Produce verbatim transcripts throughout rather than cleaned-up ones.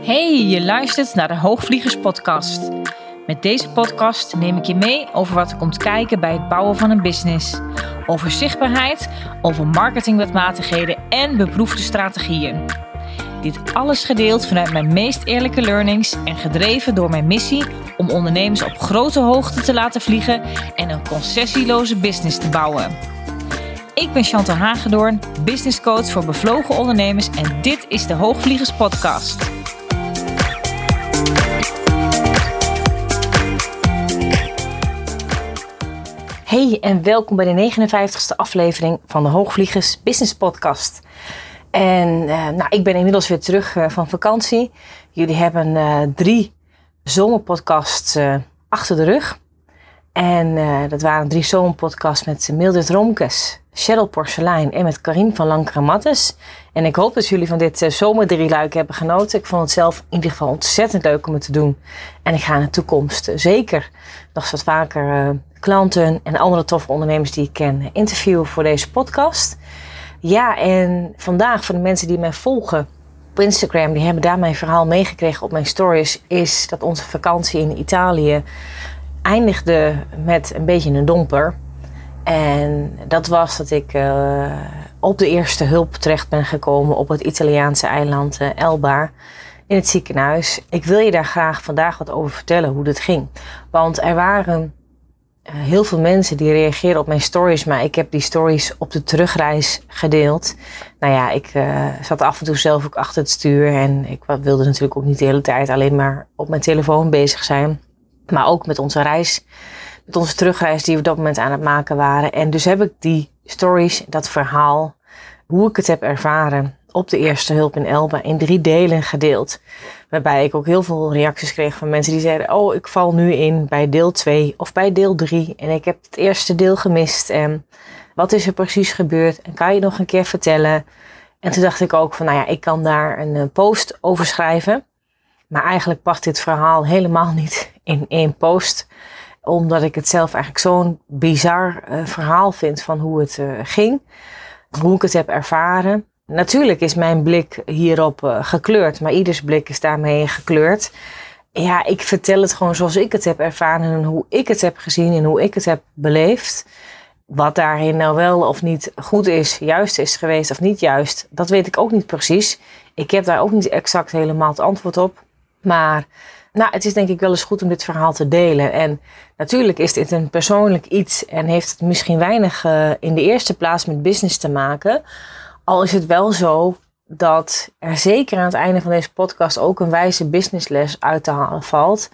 Hey, je luistert naar de Hoogvliegers podcast. Met deze podcast neem ik je mee over wat er komt kijken bij het bouwen van een business. Over zichtbaarheid, over marketingwetmatigheden en beproefde strategieën. Dit alles gedeeld vanuit mijn meest eerlijke learnings en gedreven door mijn missie om ondernemers op grote hoogte te laten vliegen en een concessieloze business te bouwen. Ik ben Chantal Hagedoorn, business coach voor bevlogen ondernemers en dit is de Hoogvliegers podcast. Hey en welkom bij de negenenvijftigste aflevering van de Hoogvliegers Business Podcast. En uh, nou, ik ben inmiddels weer terug uh, van vakantie. Jullie hebben uh, drie zomerpodcasts uh, achter de rug. En uh, dat waren drie zomerpodcasts met Mildred Romkes, Cheryl Porcelein en met Karin van Lankeren-Mattes. En ik hoop dat jullie van dit uh, zomerdrieluik hebben genoten. Ik vond het zelf in ieder geval ontzettend leuk om het te doen. En ik ga in de toekomst uh, zeker nog eens wat vaker uh, klanten en andere toffe ondernemers die ik ken interviewen voor deze podcast. Ja, en vandaag voor de mensen die mij volgen op Instagram, die hebben daar mijn verhaal meegekregen op mijn stories, is dat onze vakantie in Italië eindigde met een beetje een domper. En dat was dat ik uh, op de eerste hulp terecht ben gekomen op het Italiaanse eiland uh, Elba in het ziekenhuis. Ik wil je daar graag vandaag wat over vertellen hoe dit ging. Want er waren uh, heel veel mensen die reageerden op mijn stories, maar ik heb die stories op de terugreis gedeeld. Nou ja, ik uh, zat af en toe zelf ook achter het stuur en ik wilde natuurlijk ook niet de hele tijd alleen maar op mijn telefoon bezig zijn. Maar ook met onze reis, met onze terugreis die we op dat moment aan het maken waren. En dus heb ik die stories, dat verhaal, hoe ik het heb ervaren op de eerste hulp in Elba in drie delen gedeeld. Waarbij ik ook heel veel reacties kreeg van mensen die zeiden, oh, ik val nu in bij deel twee of bij deel drie. En ik heb het eerste deel gemist. En wat is er precies gebeurd? En kan je nog een keer vertellen? En toen dacht ik ook van, nou ja, ik kan daar een post over schrijven. Maar eigenlijk past dit verhaal helemaal niet in één post. Omdat ik het zelf eigenlijk zo'n bizar uh, verhaal vind van hoe het uh, ging. Hoe ik het heb ervaren. Natuurlijk is mijn blik hierop uh, gekleurd. Maar ieders blik is daarmee gekleurd. Ja, ik vertel het gewoon zoals ik het heb ervaren. En hoe ik het heb gezien en hoe ik het heb beleefd. Wat daarin nou wel of niet goed is, juist is geweest of niet juist. Dat weet ik ook niet precies. Ik heb daar ook niet exact helemaal het antwoord op. Maar nou, het is denk ik wel eens goed om dit verhaal te delen. En natuurlijk is dit een persoonlijk iets en heeft het misschien weinig uh, in de eerste plaats met business te maken. Al is het wel zo dat er zeker aan het einde van deze podcast ook een wijze businessles uit te halen valt.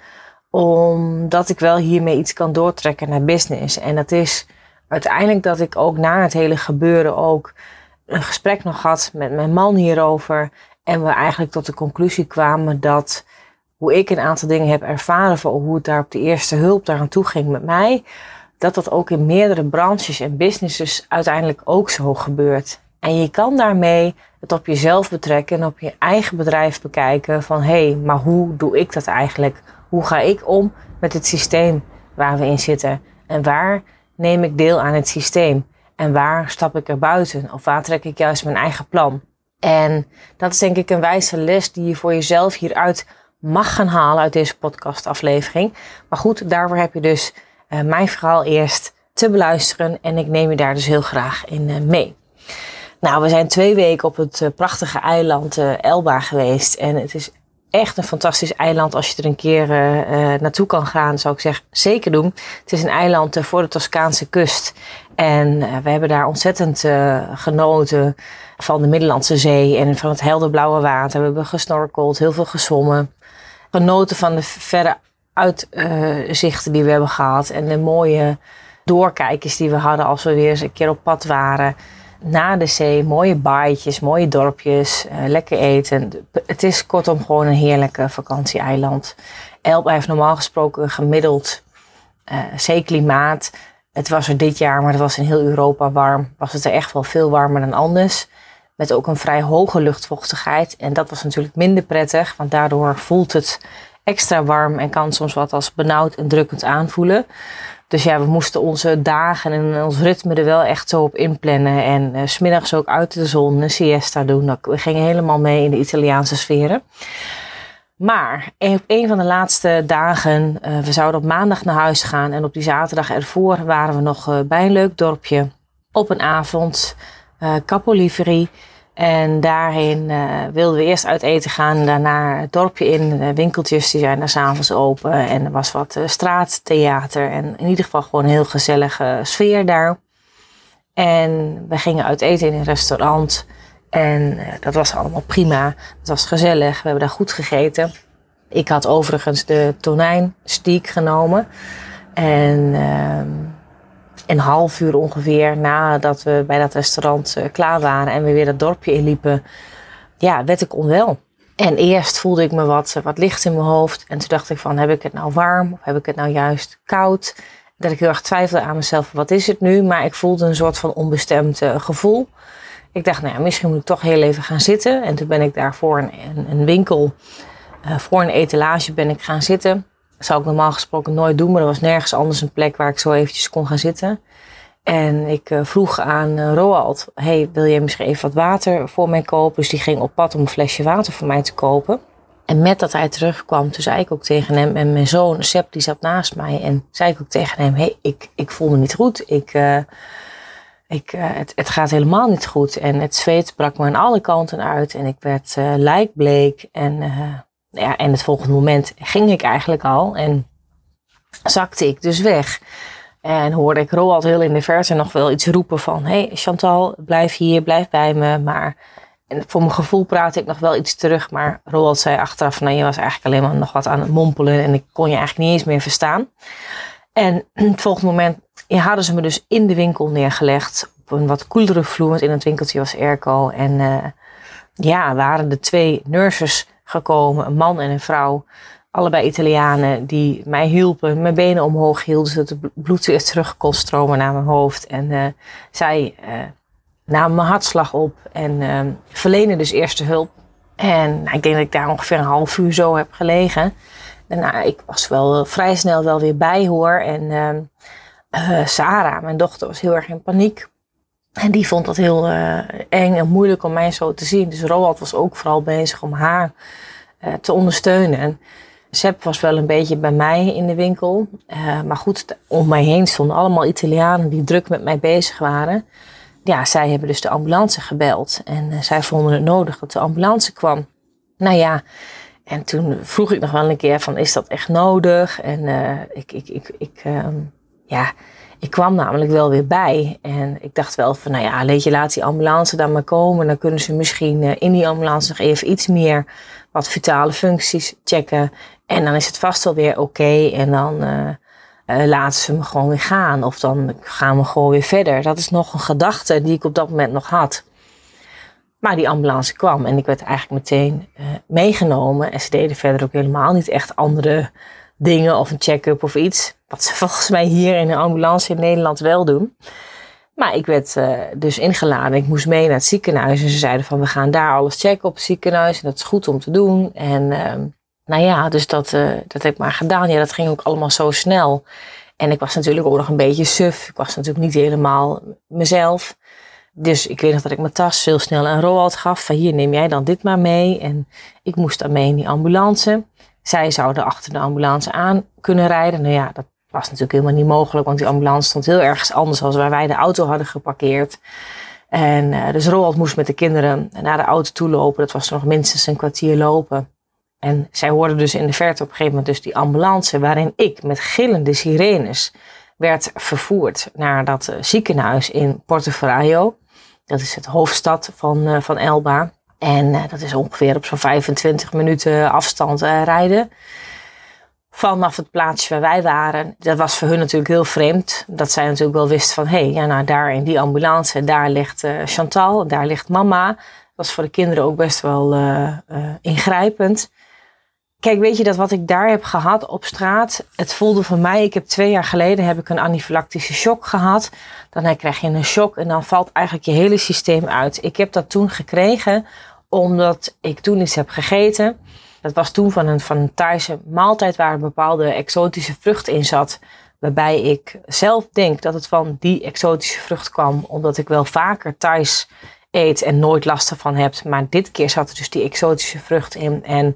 Omdat ik wel hiermee iets kan doortrekken naar business. En dat is uiteindelijk dat ik ook na het hele gebeuren ook een gesprek nog had met mijn man hierover. En we eigenlijk tot de conclusie kwamen dat hoe ik een aantal dingen heb ervaren van hoe het daar op de eerste hulp daaraan toe ging met mij, dat dat ook in meerdere branches en businesses uiteindelijk ook zo gebeurt. En je kan daarmee het op jezelf betrekken en op je eigen bedrijf bekijken van hé, hey, maar hoe doe ik dat eigenlijk? Hoe ga ik om met het systeem waar we in zitten? En waar neem ik deel aan het systeem? En waar stap ik er buiten? Of waar trek ik juist mijn eigen plan? En dat is denk ik een wijze les die je voor jezelf hieruit mag gaan halen uit deze podcastaflevering. Maar goed, daarvoor heb je dus uh, mijn verhaal eerst te beluisteren. En ik neem je daar dus heel graag in uh, mee. Nou, we zijn twee weken op het uh, prachtige eiland uh, Elba geweest. En het is echt een fantastisch eiland. Als je er een keer uh, uh, naartoe kan gaan, zou ik zeggen, zeker doen. Het is een eiland uh, voor de Toscaanse kust. En uh, we hebben daar ontzettend uh, genoten van de Middellandse Zee en van het helderblauwe water. We hebben gesnorkeld, heel veel gezwommen. Genoten van de verre uitzichten uh, die we hebben gehad. En de mooie doorkijkers die we hadden als we weer eens een keer op pad waren. Na de zee, mooie baaitjes, mooie dorpjes, uh, lekker eten. Het is kortom gewoon een heerlijke vakantieeiland. Elba heeft normaal gesproken een gemiddeld uh, zeeklimaat. Het was er dit jaar, maar het was in heel Europa warm. Was het er echt wel veel warmer dan anders. Met ook een vrij hoge luchtvochtigheid. En dat was natuurlijk minder prettig, want daardoor voelt het extra warm en kan soms wat als benauwd en drukkend aanvoelen. Dus ja, we moesten onze dagen en ons ritme er wel echt zo op inplannen. En uh, 's middags ook uit de zon een siesta doen. We gingen helemaal mee in de Italiaanse sferen. Maar op een van de laatste dagen, uh, we zouden op maandag naar huis gaan. En op die zaterdag ervoor waren we nog uh, bij een leuk dorpje. Op een avond, uh, Capoliveri. En daarheen uh, wilden we eerst uit eten gaan. Daarna het dorpje in. De winkeltjes die zijn daar 's avonds open. En er was wat uh, straattheater. En in ieder geval gewoon een heel gezellige sfeer daar. En we gingen uit eten in een restaurant. En uh, dat was allemaal prima. Het was gezellig. We hebben daar goed gegeten. Ik had overigens de tonijnsteak genomen. En uh, een half uur ongeveer nadat we bij dat restaurant uh, klaar waren en we weer dat dorpje inliepen, ja, werd ik onwel. En eerst voelde ik me wat, wat licht in mijn hoofd. En toen dacht ik van, heb ik het nou warm of heb ik het nou juist koud? Dat ik heel erg twijfelde aan mezelf, wat is het nu? Maar ik voelde een soort van onbestemd uh, gevoel. Ik dacht, nou ja, misschien moet ik toch heel even gaan zitten. En toen ben ik daar voor een, een, een winkel, uh, voor een etalage ben ik gaan zitten. Dat zou ik normaal gesproken nooit doen, maar er was nergens anders een plek waar ik zo eventjes kon gaan zitten. En ik uh, vroeg aan uh, Roald, hey, wil je misschien even wat water voor mij kopen? Dus die ging op pad om een flesje water voor mij te kopen. En met dat hij terugkwam, toen zei ik ook tegen hem, en mijn zoon Sepp die zat naast mij. En zei ik ook tegen hem, hey, ik, ik voel me niet goed. Ik, uh, ik, uh, het, het gaat helemaal niet goed. En het zweet brak me aan alle kanten uit. En ik werd uh, lijkbleek. En, uh, ja, en het volgende moment ging ik eigenlijk al. En zakte ik dus weg. En hoorde ik Roald heel in de verte nog wel iets roepen van, hey Chantal, blijf hier, blijf bij me. Maar en voor mijn gevoel praatte ik nog wel iets terug. Maar Roald zei achteraf, nou, je was eigenlijk alleen maar nog wat aan het mompelen. En ik kon je eigenlijk niet eens meer verstaan. En het volgende moment ja, hadden ze me dus in de winkel neergelegd. Op een wat koelere vloer, want in het winkeltje was airco. En uh, ja, waren er twee nurses gekomen, een man en een vrouw. Allebei Italianen die mij hielpen, mijn benen omhoog hielden, zodat het bloed weer terug kon stromen naar mijn hoofd. En uh, zij uh, namen mijn hartslag op en uh, verlenen dus eerste hulp. En nou, ik denk dat ik daar ongeveer een half uur zo heb gelegen. En nou, ik was wel vrij snel wel weer bij hoor. En uh, uh, Sarah, mijn dochter, was heel erg in paniek. En die vond dat heel uh, eng en moeilijk om mij zo te zien. Dus Roald was ook vooral bezig om haar uh, te ondersteunen. En Sepp was wel een beetje bij mij in de winkel. Uh, maar goed, om mij heen stonden allemaal Italianen die druk met mij bezig waren. Ja, zij hebben dus de ambulance gebeld. En uh, zij vonden het nodig dat de ambulance kwam. Nou ja, en toen vroeg ik nog wel een keer van, is dat echt nodig? En uh, ik, ik, ik, ik, uh, ja, ik kwam namelijk wel weer bij. En ik dacht wel van, nou ja, weet je, laat die ambulance dan maar komen. Dan kunnen ze misschien uh, in die ambulance nog even iets meer wat vitale functies checken. En dan is het vast wel weer oké. Okay. En dan uh, uh, laten ze me gewoon weer gaan. Of dan gaan we gewoon weer verder. Dat is nog een gedachte die ik op dat moment nog had. Maar die ambulance kwam en ik werd eigenlijk meteen uh, meegenomen. En ze deden verder ook helemaal niet echt andere dingen of een check-up of iets. Wat ze volgens mij hier in een ambulance in Nederland wel doen. Maar ik werd uh, dus ingeladen. Ik moest mee naar het ziekenhuis. En ze zeiden van, we gaan daar alles checken op het ziekenhuis. En dat is goed om te doen. En uh, nou ja, dus dat, uh, dat heb ik maar gedaan. Ja, dat ging ook allemaal zo snel. En ik was natuurlijk ook nog een beetje suf. Ik was natuurlijk niet helemaal mezelf. Dus ik weet nog dat ik mijn tas heel snel aan Roald gaf. Van hier, neem jij dan dit maar mee. En ik moest dan mee in die ambulance. Zij zouden achter de ambulance aan kunnen rijden. Nou ja, dat was natuurlijk helemaal niet mogelijk. Want die ambulance stond heel ergens anders dan waar wij de auto hadden geparkeerd. En uh, dus Roald moest met de kinderen naar de auto toe lopen. Dat was nog minstens een kwartier lopen. En zij hoorden dus in de verte op een gegeven moment dus die ambulance. Waarin ik met gillende sirenes werd vervoerd naar dat uh, ziekenhuis in Portoferraio. Dat is het hoofdstad van, uh, van Elba. En uh, dat is ongeveer op zo'n vijfentwintig minuten afstand uh, rijden. Vanaf het plaatsje waar wij waren. Dat was voor hun natuurlijk heel vreemd. Dat zij natuurlijk wel wisten van, hé, hey, ja, nou, daar in die ambulance, daar ligt uh, Chantal, daar ligt mama. Dat was voor de kinderen ook best wel uh, uh, ingrijpend. Kijk, weet je dat wat ik daar heb gehad op straat, het voelde voor mij, ik heb twee jaar geleden heb ik een anafylactische shock gehad. Dan krijg je een shock en dan valt eigenlijk je hele systeem uit. Ik heb dat toen gekregen omdat ik toen iets heb gegeten. Dat was toen van een, van een Thaise maaltijd waar een bepaalde exotische vrucht in zat. Waarbij ik zelf denk dat het van die exotische vrucht kwam. Omdat ik wel vaker Thais eet en nooit last ervan heb. Maar dit keer zat er dus die exotische vrucht in. En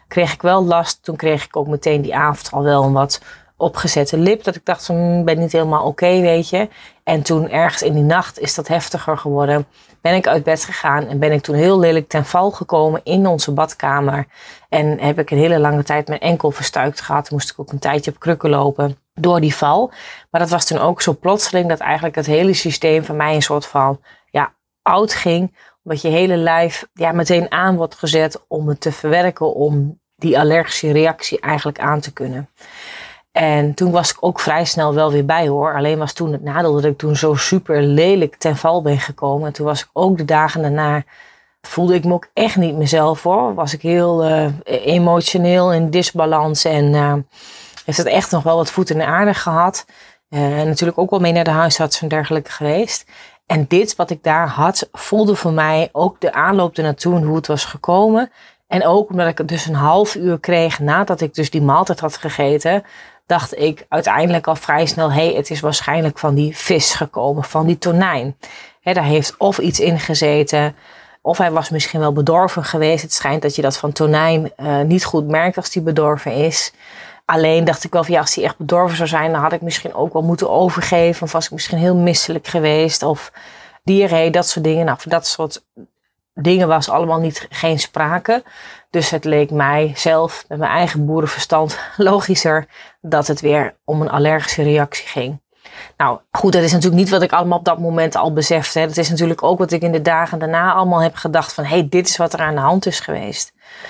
kreeg ik wel last. Toen kreeg ik ook meteen die avond al wel een wat opgezette lip. Dat ik dacht, van, ben niet helemaal oké, okay, weet je. En toen ergens in die nacht is dat heftiger geworden. Ben ik uit bed gegaan en ben ik toen heel lelijk ten val gekomen in onze badkamer. En heb ik een hele lange tijd mijn enkel verstuikt gehad. Moest ik ook een tijdje op krukken lopen door die val. Maar dat was toen ook zo plotseling dat eigenlijk het hele systeem van mij een soort van ja, oud ging. Omdat je hele lijf ja, meteen aan wordt gezet om het te verwerken. Om die allergische reactie eigenlijk aan te kunnen. En toen was ik ook vrij snel wel weer bij hoor. Alleen was toen het nadeel dat ik toen zo super lelijk ten val ben gekomen. En toen was ik ook de dagen daarna, voelde ik me ook echt niet mezelf hoor. Was ik heel uh, emotioneel in disbalans. En uh, heeft het echt nog wel wat voet in de aarde gehad. Uh, en natuurlijk ook wel mee naar de huisarts en dergelijke geweest. En dit wat ik daar had, voelde voor mij ook de aanloop ernaartoe en hoe het was gekomen. En ook omdat ik het dus een half uur kreeg nadat ik dus die maaltijd had gegeten, dacht ik uiteindelijk al vrij snel, hé, hey, het is waarschijnlijk van die vis gekomen, van die tonijn. He, daar heeft of iets in gezeten, of hij was misschien wel bedorven geweest. Het schijnt dat je dat van tonijn uh, niet goed merkt als die bedorven is. Alleen dacht ik wel van ja, als die echt bedorven zou zijn, dan had ik misschien ook wel moeten overgeven. Of was ik misschien heel misselijk geweest. Of diarree, dat soort dingen. Nou, voor dat soort dingen was allemaal niet, geen sprake. Dus het leek mij zelf met mijn eigen boerenverstand logischer dat het weer om een allergische reactie ging. Nou goed, dat is natuurlijk niet wat ik allemaal op dat moment al besefte. Dat is natuurlijk ook wat ik in de dagen daarna allemaal heb gedacht van hé, hey, dit is wat er aan de hand is geweest.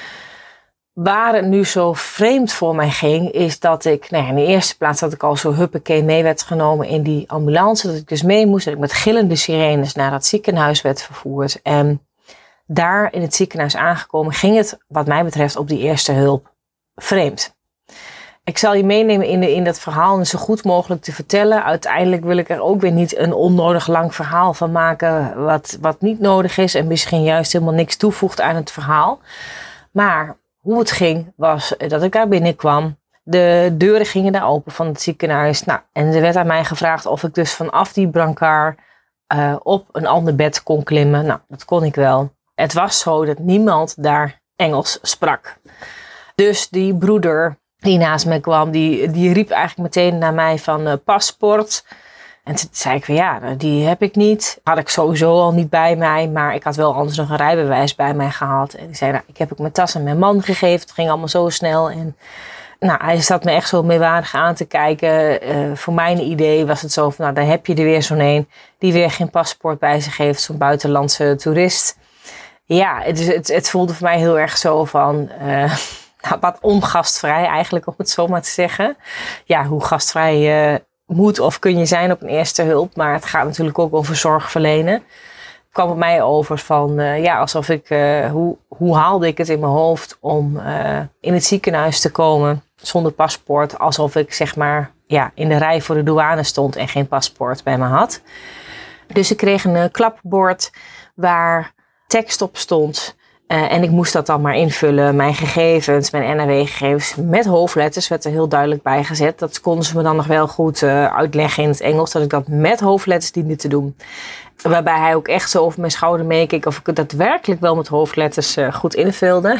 Waar het nu zo vreemd voor mij ging, is dat ik, nou ja, in de eerste plaats dat ik al zo huppakee mee werd genomen in die ambulance. Dat ik dus mee moest, dat ik met gillende sirenes naar dat ziekenhuis werd vervoerd. En daar in het ziekenhuis aangekomen ging het, wat mij betreft, op die eerste hulp vreemd. Ik zal je meenemen in, de, in dat verhaal en zo goed mogelijk te vertellen. Uiteindelijk wil ik er ook weer niet een onnodig lang verhaal van maken, wat, wat niet nodig is en misschien juist helemaal niks toevoegt aan het verhaal. Maar hoe het ging was dat ik daar binnenkwam. De deuren gingen daar open van het ziekenhuis. Nou, en er werd aan mij gevraagd of ik dus vanaf die brancard uh, op een ander bed kon klimmen. Nou, dat kon ik wel. Het was zo dat niemand daar Engels sprak. Dus die broeder die naast me kwam, die, die riep eigenlijk meteen naar mij van uh, paspoort. En toen zei ik van ja, die heb ik niet. Had ik sowieso al niet bij mij, maar ik had wel anders nog een rijbewijs bij mij gehad. En ik zei, nou, ik heb ook mijn tas aan mijn man gegeven. Het ging allemaal zo snel. En nou, hij zat me echt zo meewarig aan te kijken. Uh, voor mijn idee was het zo van, nou, dan heb je er weer zo'n een die weer geen paspoort bij zich heeft. Zo'n buitenlandse toerist. Ja, het, het, het voelde voor mij heel erg zo van, uh, nou, wat ongastvrij eigenlijk, om het zo maar te zeggen. Ja, hoe gastvrij uh, moet of kun je zijn op een eerste hulp. Maar het gaat natuurlijk ook over zorg verlenen. Het kwam op mij over van, uh, ja, alsof ik, uh, hoe, hoe haalde ik het in mijn hoofd om uh, in het ziekenhuis te komen zonder paspoort. Alsof ik zeg maar, ja, in de rij voor de douane stond en geen paspoort bij me had. Dus ik kreeg een uh, klapbord waar tekst op stond. Uh, en ik moest dat dan maar invullen. Mijn gegevens, mijn N R W-gegevens met hoofdletters werd er heel duidelijk bij gezet. Dat konden ze me dan nog wel goed uh, uitleggen in het Engels. Dat ik dat met hoofdletters diende te doen. Waarbij hij ook echt zo over mijn schouder meekeek of ik het daadwerkelijk wel met hoofdletters uh, goed invulde.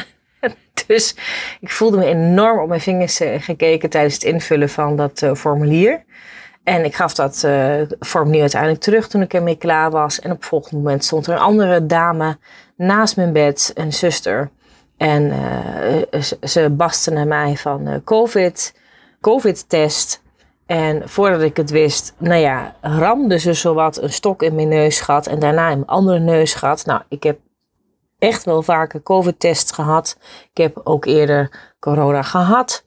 Dus ik voelde me enorm op mijn vingers uh, gekeken tijdens het invullen van dat uh, formulier. En ik gaf dat uh, formulier uiteindelijk terug toen ik ermee klaar was. En op het volgende moment stond er een andere dame naast mijn bed, een zuster. En uh, ze, ze baste naar mij van uh, COVID, COVID-test. En voordat ik het wist, nou ja, ramde ze zowat een stok in mijn neusgat en daarna in mijn andere neusgat. Nou, ik heb echt wel vaker COVID-tests gehad. Ik heb ook eerder corona gehad.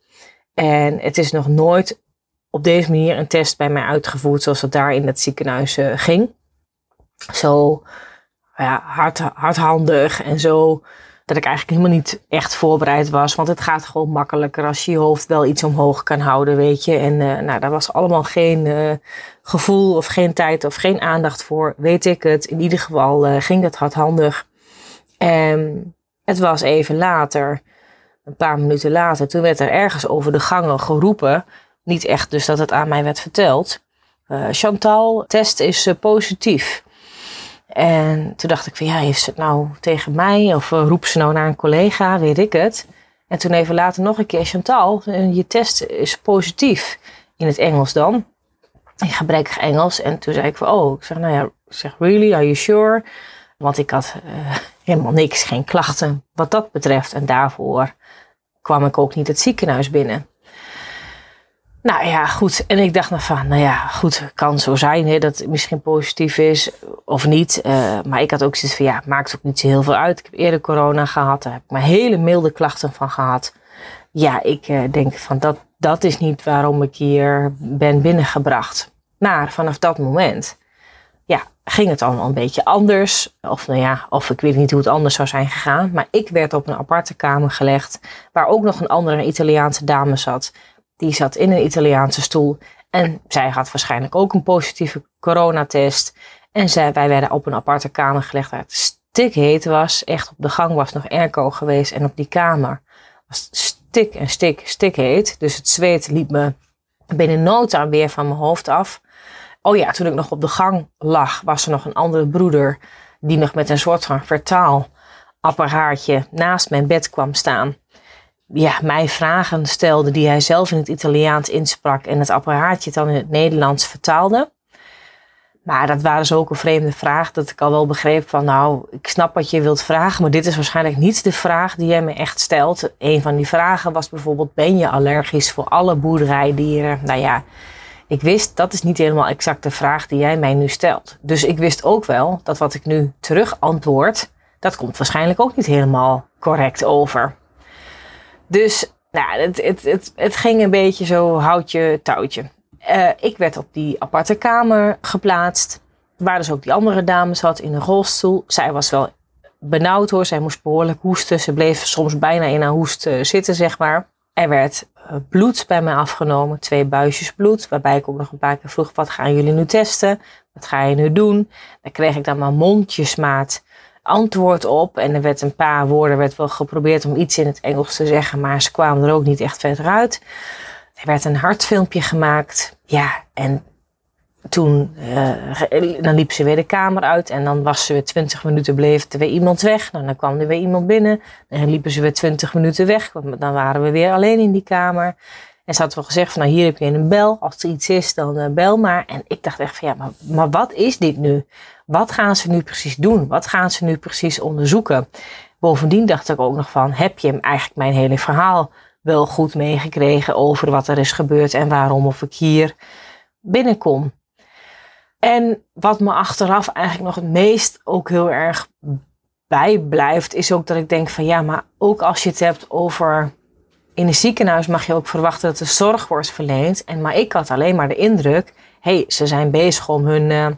En het is nog nooit op deze manier een test bij mij uitgevoerd zoals het daar in het ziekenhuis uh, ging. Zo ja, hard, hardhandig en zo dat ik eigenlijk helemaal niet echt voorbereid was. Want het gaat gewoon makkelijker als je je hoofd wel iets omhoog kan houden, weet je. En uh, nou, daar was allemaal geen uh, gevoel of geen tijd of geen aandacht voor, weet ik het. In ieder geval uh, ging dat hardhandig. En het was even later, een paar minuten later, toen werd er ergens over de gangen geroepen. Niet echt dus dat het aan mij werd verteld. Uh, Chantal, test is uh, positief. En toen dacht ik van ja, heeft ze het nou tegen mij? Of uh, roept ze nou naar een collega? Weet ik het. En toen even later nog een keer, Chantal, je test is positief. In het Engels dan. In gebrekkig Engels. En toen zei ik van, oh, ik zeg, nou ja, ik zeg, really, are you sure? Want ik had uh, helemaal niks, geen klachten wat dat betreft. En daarvoor kwam ik ook niet het ziekenhuis binnen. Nou ja, goed. En ik dacht nog van, nou ja, goed, kan zo zijn hè, dat het misschien positief is of niet. Uh, maar ik had ook zoiets van, ja, maakt ook niet zo heel veel uit. Ik heb eerder corona gehad, daar heb ik maar hele milde klachten van gehad. Ja, ik uh, denk van, dat, dat is niet waarom ik hier ben binnengebracht. Maar vanaf dat moment, ja, ging het allemaal een beetje anders. Of nou ja, of ik weet niet hoe het anders zou zijn gegaan. Maar ik werd op een aparte kamer gelegd, waar ook nog een andere Italiaanse dame zat. Die zat in een Italiaanse stoel en zij had waarschijnlijk ook een positieve coronatest. En zij, wij werden op een aparte kamer gelegd waar het stikheet was. Echt op de gang was nog airco geweest en op die kamer was het stik en stik, stikheet. Dus het zweet liep me binnen no time weer van mijn hoofd af. Oh ja, toen ik nog op de gang lag, was er nog een andere broeder die nog met een soort van vertaalapparaatje naast mijn bed kwam staan. Ja, mij vragen stelde die hij zelf in het Italiaans insprak en het apparaatje dan in het Nederlands vertaalde. Maar dat waren zulke vreemde vragen dat ik al wel begreep van, nou, ik snap wat je wilt vragen, maar dit is waarschijnlijk niet de vraag die jij me echt stelt. Een van die vragen was bijvoorbeeld, ben je allergisch voor alle boerderijdieren? Nou ja, ik wist, dat is niet helemaal exact de vraag die jij mij nu stelt. Dus ik wist ook wel dat wat ik nu terug antwoord, dat komt waarschijnlijk ook niet helemaal correct over. Dus nou, het, het, het, het ging een beetje zo houtje touwtje. Uh, ik werd op die aparte kamer geplaatst, waar dus ook die andere dame zat in een rolstoel. Zij was wel benauwd hoor, zij moest behoorlijk hoesten. Ze bleef soms bijna in haar hoest uh, zitten, zeg maar. Er werd uh, bloed bij mij afgenomen, twee buisjes bloed. Waarbij ik ook nog een paar keer vroeg, wat gaan jullie nu testen? Wat ga je nu doen? Daar kreeg ik dan maar mondjesmaat antwoord op. En er werd een paar woorden, werd wel geprobeerd om iets in het Engels te zeggen. Maar ze kwamen er ook niet echt verder uit. Er werd een hartfilmpje gemaakt. Ja, en toen uh, dan liep ze weer de kamer uit. En dan was ze weer twintig minuten, bleef er weer iemand weg. Nou, dan kwam er weer iemand binnen. Dan liepen ze weer twintig minuten weg. Dan waren we weer alleen in die kamer. En ze had wel gezegd van, nou, hier heb je een bel. Als er iets is, dan uh, bel maar. En ik dacht echt van, ja, maar, maar wat is dit nu? Wat gaan ze nu precies doen? Wat gaan ze nu precies onderzoeken? Bovendien dacht ik ook nog van, heb je hem eigenlijk mijn hele verhaal wel goed meegekregen over wat er is gebeurd en waarom of ik hier binnenkom? En wat me achteraf eigenlijk nog het meest ook heel erg bijblijft, is ook dat ik denk van, ja, maar ook als je het hebt over, in een ziekenhuis mag je ook verwachten dat er zorg wordt verleend. En maar ik had alleen maar de indruk, hé, hey, ze zijn bezig om hun uh,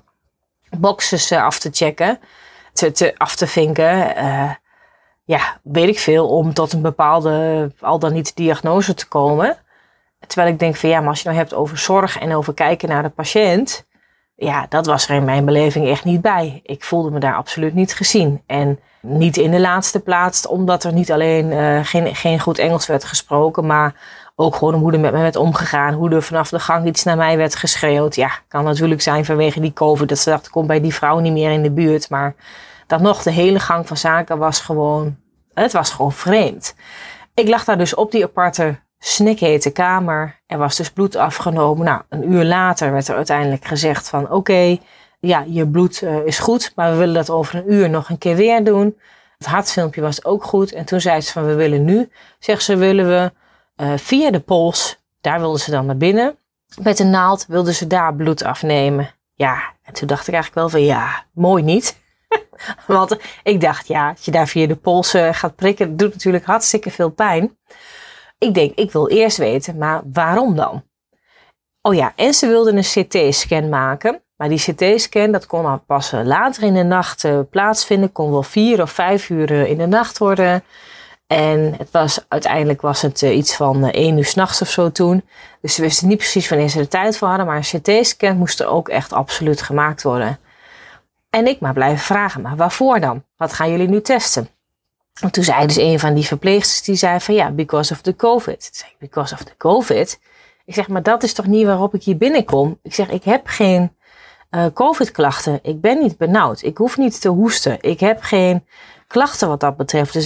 boxes uh, af te checken, te, te, af te vinken. Uh, ja, weet ik veel, om tot een bepaalde, al dan niet diagnose te komen. Terwijl ik denk van, ja, maar als je nou hebt over zorg en over kijken naar de patiënt, ja, dat was er in mijn beleving echt niet bij. Ik voelde me daar absoluut niet gezien. En niet in de laatste plaats, omdat er niet alleen uh, geen, geen goed Engels werd gesproken, maar ook gewoon hoe er met me werd omgegaan, hoe er vanaf de gang iets naar mij werd geschreeuwd. Ja, kan natuurlijk zijn vanwege die COVID, dat ze dachten, kom bij die vrouw niet meer in de buurt. Maar dat nog, de hele gang van zaken was gewoon, het was gewoon vreemd. Ik lag daar dus op die aparte snikhete kamer. Er was dus bloed afgenomen. Nou, een uur later werd er uiteindelijk gezegd van, oké, okay, ja, je bloed uh, is goed, maar we willen dat over een uur nog een keer weer doen. Het hartfilmpje was ook goed. En toen zei ze van, we willen nu, zegt ze, willen we uh, via de pols, daar wilden ze dan naar binnen. Met een naald wilden ze daar bloed afnemen. Ja, en toen dacht ik eigenlijk wel van, ja, mooi niet. Want ik dacht, ja, als je daar via de pols uh, gaat prikken, dat doet natuurlijk hartstikke veel pijn. Ik denk, ik wil eerst weten, maar waarom dan? Oh ja, en ze wilden een C T-scan maken. Maar die C T-scan, dat kon dan pas later in de nacht uh, plaatsvinden. Kon wel vier of vijf uur uh, in de nacht worden. En het was, uiteindelijk was het uh, iets van uh, één uur 's nachts of zo toen. Dus ze wisten niet precies wanneer ze er tijd voor hadden. Maar een C T-scan moest er ook echt absoluut gemaakt worden. En ik maar blijven vragen, maar waarvoor dan? Wat gaan jullie nu testen? En toen zei dus een van die verpleegsters, die zei van ja, because of the COVID. Toen zei ik, because of the COVID? Ik zeg, maar dat is toch niet waarop ik hier binnenkom? Ik zeg, ik heb geen uh, COVID-klachten. Ik ben niet benauwd. Ik hoef niet te hoesten. Ik heb geen klachten wat dat betreft. Dus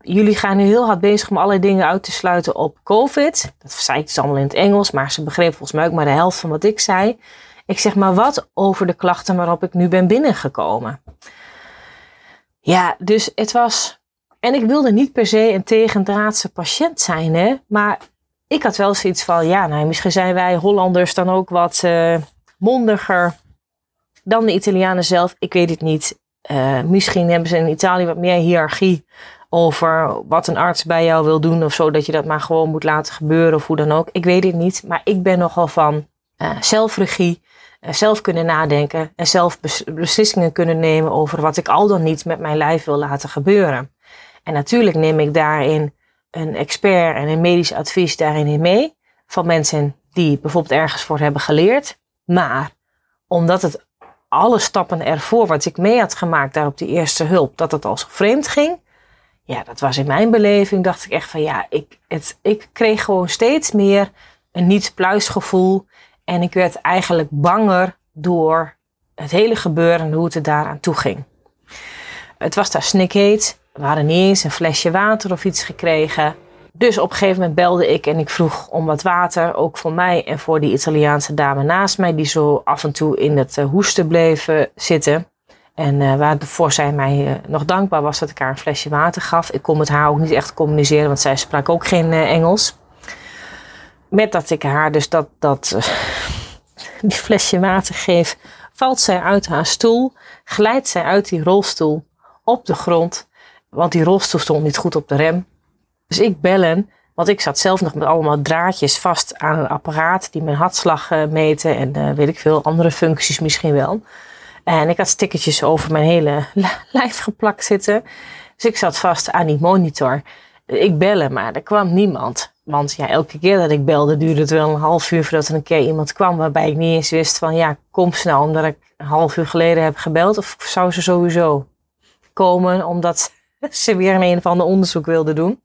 jullie gaan nu heel hard bezig om allerlei dingen uit te sluiten op COVID. Dat zei ik dus allemaal in het Engels, maar ze begreep volgens mij ook maar de helft van wat ik zei. Ik zeg, maar wat over de klachten waarop ik nu ben binnengekomen? Ja, dus het was... En ik wilde niet per se een tegendraadse patiënt zijn, hè. Maar ik had wel zoiets van, ja, nou, misschien zijn wij Hollanders dan ook wat uh, mondiger dan de Italianen zelf. Ik weet het niet. Uh, misschien hebben ze in Italië wat meer hiërarchie over wat een arts bij jou wil doen of zo. Dat je dat maar gewoon moet laten gebeuren of hoe dan ook. Ik weet het niet, maar ik ben nogal van uh, zelfregie. Uh, zelf kunnen nadenken en zelf bes- beslissingen kunnen nemen over wat ik al dan niet met mijn lijf wil laten gebeuren. En natuurlijk neem ik daarin een expert en een medisch advies daarin in mee. Van mensen die bijvoorbeeld ergens voor hebben geleerd. Maar omdat het alle stappen ervoor wat ik mee had gemaakt daar op die eerste hulp, dat het als vreemd ging. Ja, dat was in mijn beleving, dacht ik echt van ja, ik, het, ik kreeg gewoon steeds meer een niet-pluisgevoel. En ik werd eigenlijk banger door het hele gebeuren en hoe het er daaraan toe ging. Het was daar snikheet. We hadden niet eens een flesje water of iets gekregen. Dus op een gegeven moment belde ik en ik vroeg om wat water. Ook voor mij en voor die Italiaanse dame naast mij. Die zo af en toe in het uh, hoesten bleef uh, zitten. En uh, waarvoor zij mij uh, nog dankbaar was dat ik haar een flesje water gaf. Ik kon met haar ook niet echt communiceren, want zij sprak ook geen uh, Engels. Met dat ik haar dus dat, dat uh, die flesje water geef, valt zij uit haar stoel. Glijdt zij uit die rolstoel op de grond. Want die rolstoel stond niet goed op de rem. Dus ik bellen, want ik zat zelf nog met allemaal draadjes vast aan een apparaat die mijn hartslag uh, meten en uh, weet ik veel, andere functies misschien wel. En ik had stickertjes over mijn hele lijf geplakt zitten. Dus ik zat vast aan die monitor. Ik bellen, maar er kwam niemand. Want ja, elke keer dat ik belde duurde het wel een half uur voordat er een keer iemand kwam. Waarbij ik niet eens wist van ja, komt ze nou omdat ik een half uur geleden heb gebeld? Of zou ze sowieso komen omdat ze weer een een of ander onderzoek wilde doen.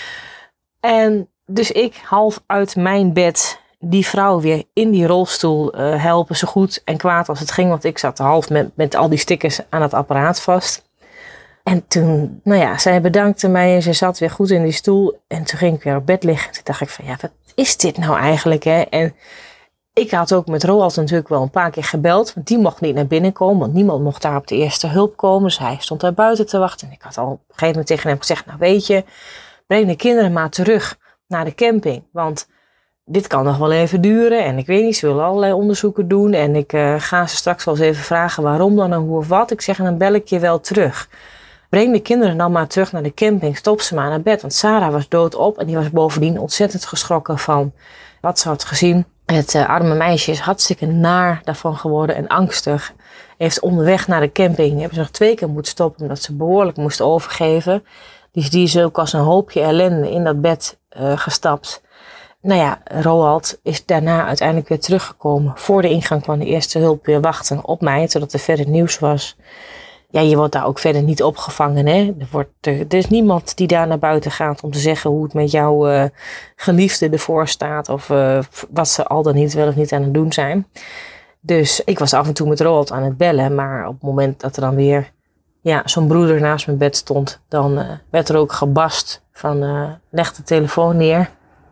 En dus ik half uit mijn bed die vrouw weer in die rolstoel uh, helpen, zo goed en kwaad als het ging. Want ik zat half met, met al die stickers aan het apparaat vast. En toen, nou ja, zij bedankte mij en ze zat weer goed in die stoel. En toen ging ik weer op bed liggen. Toen dacht ik van, ja, wat is dit nou eigenlijk, hè? En ik had ook met Roald natuurlijk wel een paar keer gebeld. Want die mocht niet naar binnen komen. Want niemand mocht daar op de eerste hulp komen. Dus hij stond daar buiten te wachten. En ik had al op een gegeven moment tegen hem gezegd, nou weet je, breng de kinderen maar terug naar de camping. Want dit kan nog wel even duren. En ik weet niet, ze willen allerlei onderzoeken doen. En ik uh, ga ze straks wel eens even vragen waarom dan en hoe of wat. Ik zeg, en dan bel ik je wel terug. Breng de kinderen dan maar terug naar de camping. Stop ze maar naar bed. Want Sarah was doodop. En die was bovendien ontzettend geschrokken van wat ze had gezien. Het uh, arme meisje is hartstikke naar daarvan geworden en angstig. Heeft onderweg naar de camping. Hebben ze nog twee keer moeten stoppen omdat ze behoorlijk moest overgeven. Dus die is ook als een hoopje ellende in dat bed uh, gestapt. Nou ja, Roald is daarna uiteindelijk weer teruggekomen. Voor de ingang van de eerste hulp weer wachten op mij. Totdat er verder nieuws was. Ja, je wordt daar ook verder niet opgevangen. Hè? Er, wordt, er, er is niemand die daar naar buiten gaat om te zeggen hoe het met jouw uh, geliefde ervoor staat. Of uh, wat ze al dan niet wel of niet aan het doen zijn. Dus ik was af en toe met Roald aan het bellen. Maar op het moment dat er dan weer ja, zo'n broeder naast mijn bed stond. Dan uh, werd er ook gebast van uh, leg de telefoon neer.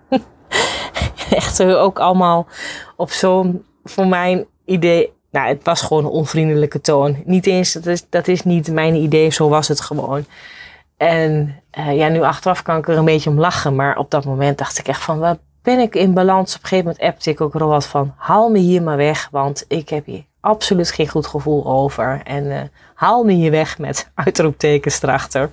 Echt ook allemaal op zo'n, voor mijn idee, nou het was gewoon een onvriendelijke toon. Niet eens, dat is, dat is niet mijn idee, zo was het gewoon. En uh, ja, nu achteraf kan ik er een beetje om lachen, maar op dat moment dacht ik echt van, wat ben ik in balans? Op een gegeven moment appte ik ook Roald van, haal me hier maar weg, want ik heb hier absoluut geen goed gevoel over. En uh, haal me hier weg met uitroeptekens erachter.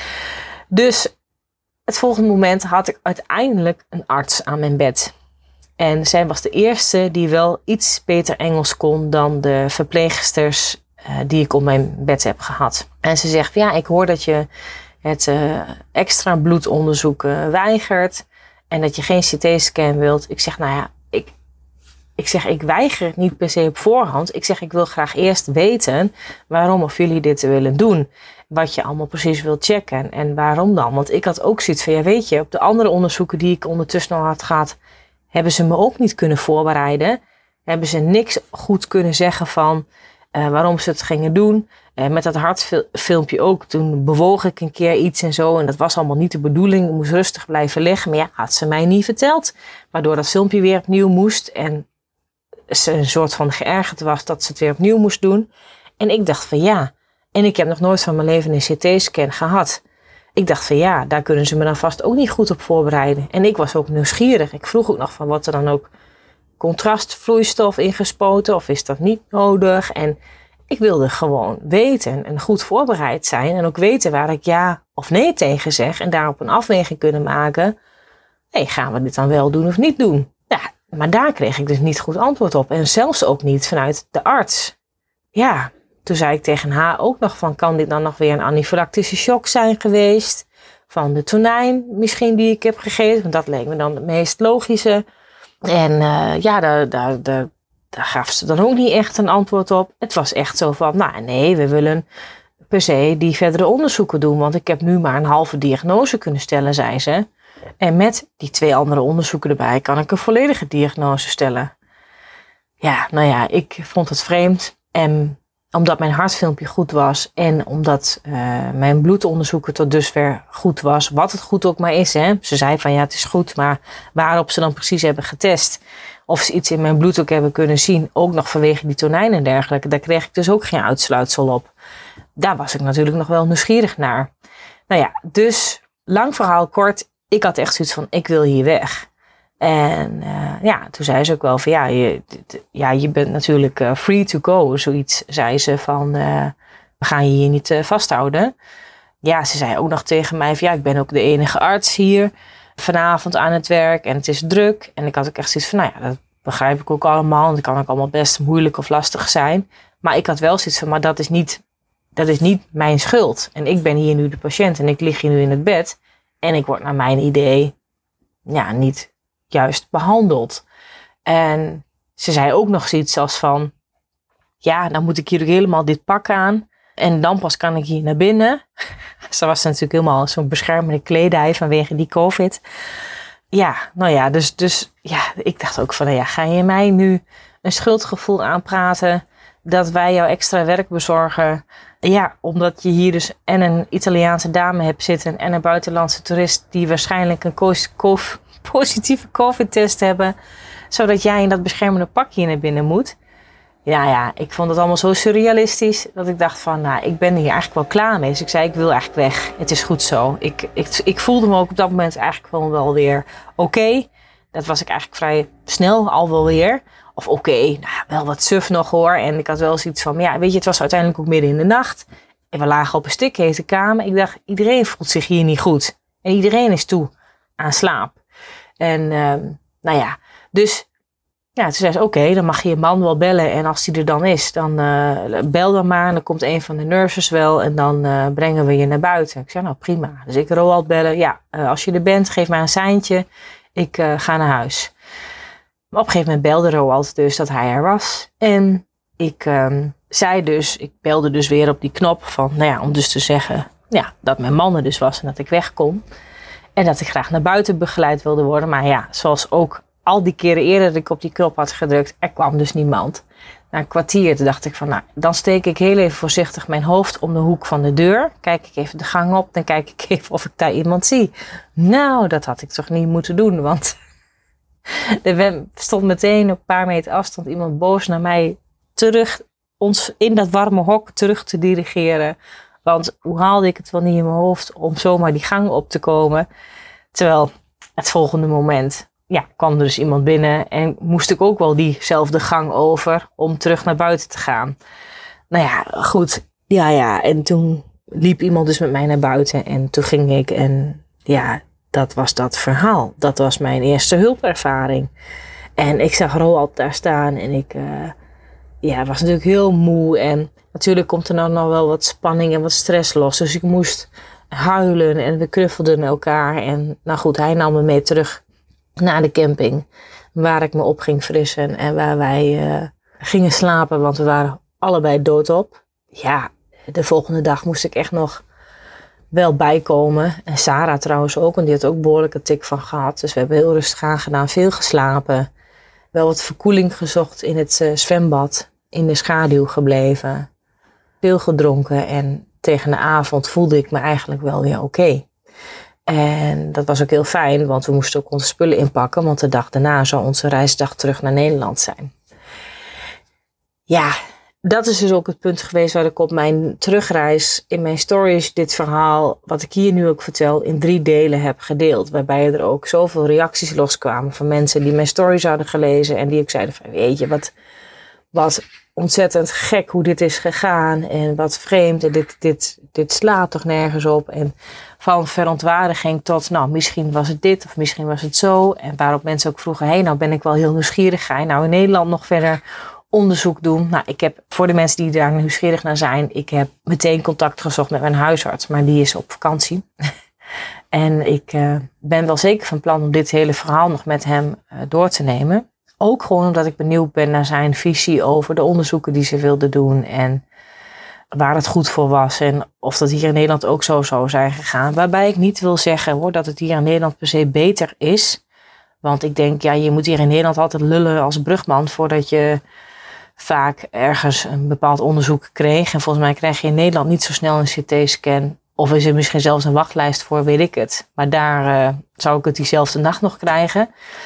Dus het volgende moment had ik uiteindelijk een arts aan mijn bed. En zij was de eerste die wel iets beter Engels kon dan de verpleegsters uh, die ik op mijn bed heb gehad. En ze zegt, ja, ik hoor dat je het uh, extra bloedonderzoek uh, weigert en dat je geen C T-scan wilt. Ik zeg, nou ja, ik, ik zeg, ik weiger het niet per se op voorhand. Ik zeg, ik wil graag eerst weten waarom of jullie dit willen doen. Wat je allemaal precies wilt checken en waarom dan. Want ik had ook zoiets van, ja weet je, op de andere onderzoeken die ik ondertussen al had gehad, hebben ze me ook niet kunnen voorbereiden. Hebben ze niks goed kunnen zeggen van, Uh, waarom ze het gingen doen. Uh, met dat hartfilmpje ook. Toen bewoog ik een keer iets en zo. En dat was allemaal niet de bedoeling. Ik moest rustig blijven liggen. Maar ja, had ze mij niet verteld. Waardoor dat filmpje weer opnieuw moest. En ze een soort van geërgerd was dat ze het weer opnieuw moest doen. En ik dacht van ja. En ik heb nog nooit van mijn leven een C T-scan gehad. Ik dacht van ja, daar kunnen ze me dan vast ook niet goed op voorbereiden. En ik was ook nieuwsgierig. Ik vroeg ook nog van wat er dan ook contrastvloeistof ingespoten of is dat niet nodig? En ik wilde gewoon weten en goed voorbereid zijn en ook weten waar ik ja of nee tegen zeg en daarop een afweging kunnen maken. Hey, gaan we dit dan wel doen of niet doen? Ja, maar daar kreeg ik dus niet goed antwoord op en zelfs ook niet vanuit de arts. Ja, toen zei ik tegen haar ook nog van kan dit dan nog weer een anafylactische shock zijn geweest? Van de tonijn misschien die ik heb gegeven, want dat leek me dan het meest logische. En uh, ja, daar, daar, daar, daar gaf ze dan ook niet echt een antwoord op. Het was echt zo van, nou nee, we willen per se die verdere onderzoeken doen. Want ik heb nu maar een halve diagnose kunnen stellen, zei ze. En met die twee andere onderzoeken erbij kan ik een volledige diagnose stellen. Ja, nou ja, ik vond het vreemd. En omdat mijn hartfilmpje goed was en omdat uh, mijn bloedonderzoeken tot dusver goed was, wat het goed ook maar is. Hè. Ze zei van ja, het is goed, maar waarop ze dan precies hebben getest. Of ze iets in mijn bloed ook hebben kunnen zien, ook nog vanwege die tonijn en dergelijke. Daar kreeg ik dus ook geen uitsluitsel op. Daar was ik natuurlijk nog wel nieuwsgierig naar. Nou ja, dus lang verhaal kort, ik had echt zoiets van ik wil hier weg. En uh, ja, toen zei ze ook wel van ja, je, ja, je bent natuurlijk uh, free to go. Zoiets zei ze van uh, we gaan je hier niet uh, vasthouden. Ja, ze zei ook nog tegen mij van ja, ik ben ook de enige arts hier vanavond aan het werk en het is druk. En ik had ook echt zoiets van nou ja, dat begrijp ik ook allemaal. Want het kan ook allemaal best moeilijk of lastig zijn. Maar ik had wel zoiets van maar dat is niet, dat is niet mijn schuld. En ik ben hier nu de patiënt en ik lig hier nu in het bed. En ik word naar mijn idee ja, niet juist behandeld. En ze zei ook nog zoiets als van ja, dan moet ik hier ook helemaal dit pak aan en dan pas kan ik hier naar binnen. Ze was natuurlijk helemaal zo'n beschermende kledij vanwege die COVID. Ja, nou ja, dus, dus ja, ik dacht ook van nou ja, ga je mij nu een schuldgevoel aanpraten dat wij jou extra werk bezorgen? Ja, omdat je hier dus en een Italiaanse dame hebt zitten en een buitenlandse toerist die waarschijnlijk een ko- ko- positieve COVID-test hebben, zodat jij in dat beschermende pakje naar binnen moet. Ja, ja, ik vond het allemaal zo surrealistisch dat ik dacht van, nou, ik ben hier eigenlijk wel klaar mee. Dus ik zei, ik wil eigenlijk weg. Het is goed zo. Ik, ik, ik voelde me ook op dat moment eigenlijk gewoon wel weer oké. Okay. Dat was ik eigenlijk vrij snel al wel weer. Of oké, okay, nou, wel wat suf nog hoor. En ik had wel zoiets van, ja, weet je, het was uiteindelijk ook midden in de nacht. En we lagen op een stikhete kamer. Ik dacht, iedereen voelt zich hier niet goed. En iedereen is toe aan slaap. En um, nou ja, dus ja, toen zei ze, oké, okay, dan mag je je man wel bellen. En als die er dan is, dan uh, bel dan maar. En dan komt een van de nurses wel en dan uh, brengen we je naar buiten. Ik zei, nou prima. Dus ik Roald bellen. Ja, uh, als je er bent, geef mij een seintje. Ik uh, ga naar huis. Maar op een gegeven moment belde Roald dus dat hij er was. En ik um, zei dus, ik belde dus weer op die knop van, nou ja, om dus te zeggen, ja, dat mijn man er dus was en dat ik weg kon. En dat ik graag naar buiten begeleid wilde worden. Maar ja, zoals ook al die keren eerder dat ik op die knop had gedrukt, er kwam dus niemand. Na een kwartier toen dacht ik van, nou, dan steek ik heel even voorzichtig mijn hoofd om de hoek van de deur. Kijk ik even de gang op, dan kijk ik even of ik daar iemand zie. Nou, dat had ik toch niet moeten doen, want er stond meteen op een paar meter afstand iemand boos naar mij terug, ons in dat warme hok terug te dirigeren. Want hoe haalde ik het wel niet in mijn hoofd om zomaar die gang op te komen. Terwijl het volgende moment, ja, kwam er dus iemand binnen en moest ik ook wel diezelfde gang over om terug naar buiten te gaan. Nou ja, goed. Ja, ja. En toen liep iemand dus met mij naar buiten en toen ging ik en ja, dat was dat verhaal. Dat was mijn eerste hulpervaring. En ik zag Roald daar staan en ik uh, ja, was natuurlijk heel moe en natuurlijk komt er nou nog wel wat spanning en wat stress los. Dus ik moest huilen en we knuffelden elkaar. En nou goed, hij nam me mee terug naar de camping. Waar ik me op ging frissen en waar wij uh, gingen slapen. Want we waren allebei doodop. Ja, de volgende dag moest ik echt nog wel bijkomen. En Sarah trouwens ook, want die had ook behoorlijk een tik van gehad. Dus we hebben heel rustig aangedaan, veel geslapen. Wel wat verkoeling gezocht in het uh, zwembad. in de schaduw gebleven. Veel gedronken en tegen de avond voelde ik me eigenlijk wel weer oké. Okay. En dat was ook heel fijn, want we moesten ook onze spullen inpakken. Want de dag daarna zou onze reisdag terug naar Nederland zijn. Ja, dat is dus ook het punt geweest waar ik op mijn terugreis in mijn stories dit verhaal, wat ik hier nu ook vertel, in drie delen heb gedeeld. Waarbij er ook zoveel reacties loskwamen van mensen die mijn stories hadden gelezen. En die ook zeiden van, weet je, wat, wat ontzettend gek hoe dit is gegaan. En wat vreemd. En dit, dit, dit slaat toch nergens op. En van verontwaardiging tot, nou, misschien was het dit of misschien was het zo. En waarop mensen ook vroegen, hé, hey, nou ben ik wel heel nieuwsgierig. Ga je nou in Nederland nog verder onderzoek doen? Nou, ik heb voor de mensen die daar nieuwsgierig naar zijn, ik heb meteen contact gezocht met mijn huisarts, maar die is op vakantie. En ik uh, ben wel zeker van plan om dit hele verhaal nog met hem uh, door te nemen. Ook gewoon omdat ik benieuwd ben naar zijn visie over de onderzoeken die ze wilde doen en waar het goed voor was en of dat hier in Nederland ook zo zou zijn gegaan. Waarbij ik niet wil zeggen hoor, dat het hier in Nederland per se beter is. Want ik denk, ja, je moet hier in Nederland altijd lullen als brugman voordat je vaak ergens een bepaald onderzoek kreeg. En volgens mij krijg je in Nederland niet zo snel een C T-scan. Of is er misschien zelfs een wachtlijst voor, weet ik het. Maar daar uh, zou ik het diezelfde nacht nog krijgen.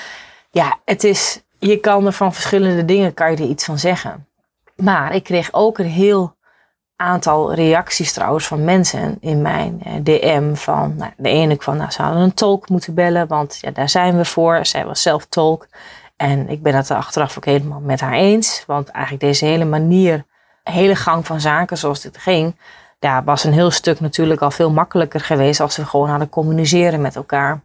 Ja, het is, je kan er van verschillende dingen, kan je er iets van zeggen. Maar ik kreeg ook een heel aantal reacties trouwens van mensen in mijn uh, D M. Van, nou, de ene van, nou, ze hadden een tolk moeten bellen, want ja, daar zijn we voor. Zij was zelf tolk. En ik ben het er achteraf ook helemaal met haar eens. Want eigenlijk deze hele manier, hele gang van zaken zoals dit ging, ja, was een heel stuk natuurlijk al veel makkelijker geweest als we gewoon hadden communiceren met elkaar.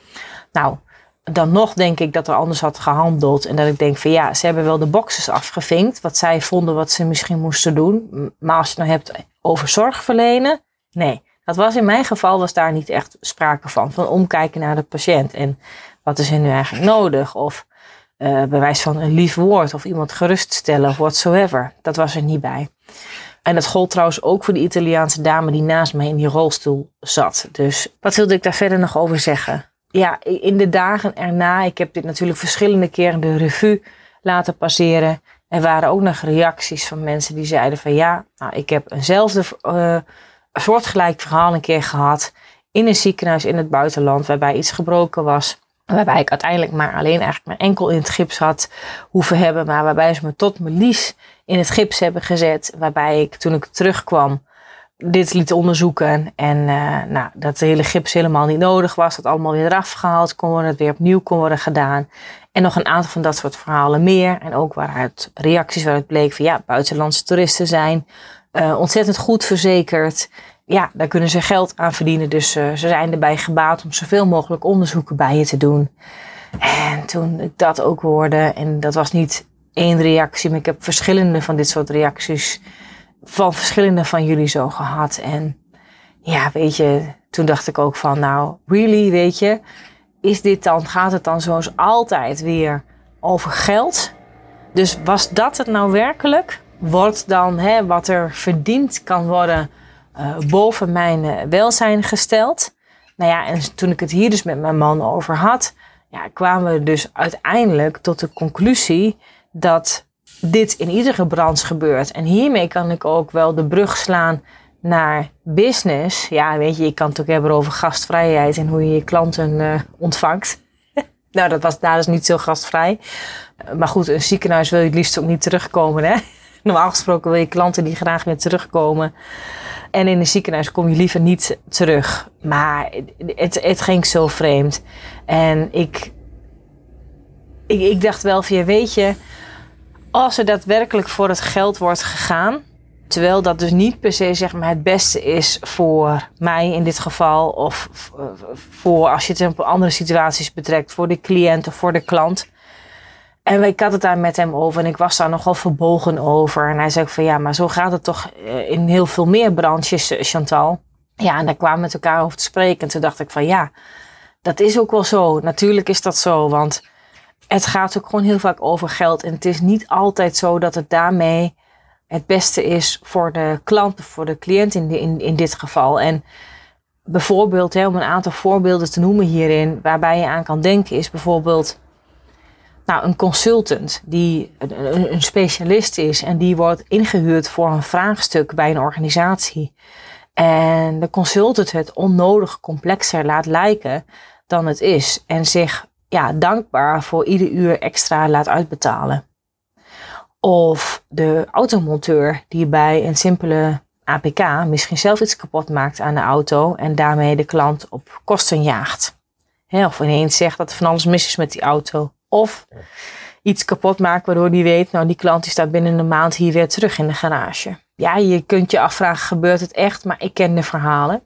Nou, dan nog denk ik dat er anders had gehandeld. En dat ik denk van ja, ze hebben wel de boxes afgevinkt. Wat zij vonden wat ze misschien moesten doen. Maar als je het nou hebt over zorg verlenen. Nee, dat was in mijn geval was daar niet echt sprake van. Van omkijken naar de patiënt. En wat is er nu eigenlijk nodig? Of uh, bewijs van een lief woord. Of iemand geruststellen of whatsoever. Dat was er niet bij. En dat gold trouwens ook voor de Italiaanse dame die naast mij in die rolstoel zat. Dus wat wilde ik daar verder nog over zeggen? Ja, in de dagen erna, ik heb dit natuurlijk verschillende keren de revue laten passeren. Er waren ook nog reacties van mensen die zeiden van ja, nou, ik heb eenzelfde uh, soortgelijk verhaal een keer gehad in een ziekenhuis in het buitenland waarbij iets gebroken was. Waarbij ik uiteindelijk maar alleen eigenlijk mijn enkel in het gips had hoeven hebben. Maar waarbij ze me tot mijn lies in het gips hebben gezet. Waarbij ik toen ik terugkwam dit liet onderzoeken. En uh, nou, dat de hele gips helemaal niet nodig was. Dat allemaal weer eraf gehaald kon worden. Het weer opnieuw kon worden gedaan. En nog een aantal van dat soort verhalen meer. En ook waaruit reacties waaruit bleek van ja, buitenlandse toeristen zijn uh, ontzettend goed verzekerd. Ja, daar kunnen ze geld aan verdienen. Dus uh, ze zijn erbij gebaat om zoveel mogelijk onderzoeken bij je te doen. En toen ik dat ook hoorde, en dat was niet één reactie, maar ik heb verschillende van dit soort reacties van verschillende van jullie zo gehad. En ja, weet je, toen dacht ik ook van nou, really, weet je, is dit dan, gaat het dan zoals altijd weer over geld? Dus was dat het nou werkelijk? Wordt dan hè, wat er verdiend kan worden Uh, boven mijn uh, welzijn gesteld. Nou ja, en toen ik het hier dus met mijn man over had, ja, kwamen we dus uiteindelijk tot de conclusie dat dit in iedere branche gebeurt. En hiermee kan ik ook wel de brug slaan naar business. Ja, weet je, je kan het ook hebben over gastvrijheid en hoe je je klanten uh, ontvangt. Nou, dat was daar dus niet zo gastvrij. Uh, maar goed, een ziekenhuis wil je het liefst ook niet terugkomen, hè? Normaal gesproken wil je klanten die graag weer terugkomen. En in een ziekenhuis kom je liever niet terug. Maar het, het ging zo vreemd. En ik, ik, ik dacht wel van, weet je, als er daadwerkelijk voor het geld wordt gegaan, terwijl dat dus niet per se zeg maar, het beste is voor mij in dit geval, of voor als je het op andere situaties betrekt, voor de cliënt of voor de klant. En ik had het daar met hem over en ik was daar nogal verbolgen over. En hij zei ook van ja, maar zo gaat het toch in heel veel meer branches, Chantal. Ja, en daar kwamen we met elkaar over te spreken. En toen dacht ik van ja, dat is ook wel zo. Natuurlijk is dat zo, want het gaat ook gewoon heel vaak over geld. En het is niet altijd zo dat het daarmee het beste is voor de klant of voor de cliënt in, de, in, in dit geval. En bijvoorbeeld, hè, om een aantal voorbeelden te noemen hierin, waarbij je aan kan denken, is bijvoorbeeld Nou, een consultant die een, een specialist is en die wordt ingehuurd voor een vraagstuk bij een organisatie. En de consultant het onnodig complexer laat lijken dan het is. En zich ja, dankbaar voor ieder uur extra laat uitbetalen. Of de automonteur die bij een simpele A P K misschien zelf iets kapot maakt aan de auto en daarmee de klant op kosten jaagt. He, of ineens zegt dat er van alles mis is met die auto. Of iets kapot maakt waardoor die weet, nou die klant die staat binnen een maand hier weer terug in de garage. Ja, je kunt je afvragen, gebeurt het echt? Maar ik ken de verhalen.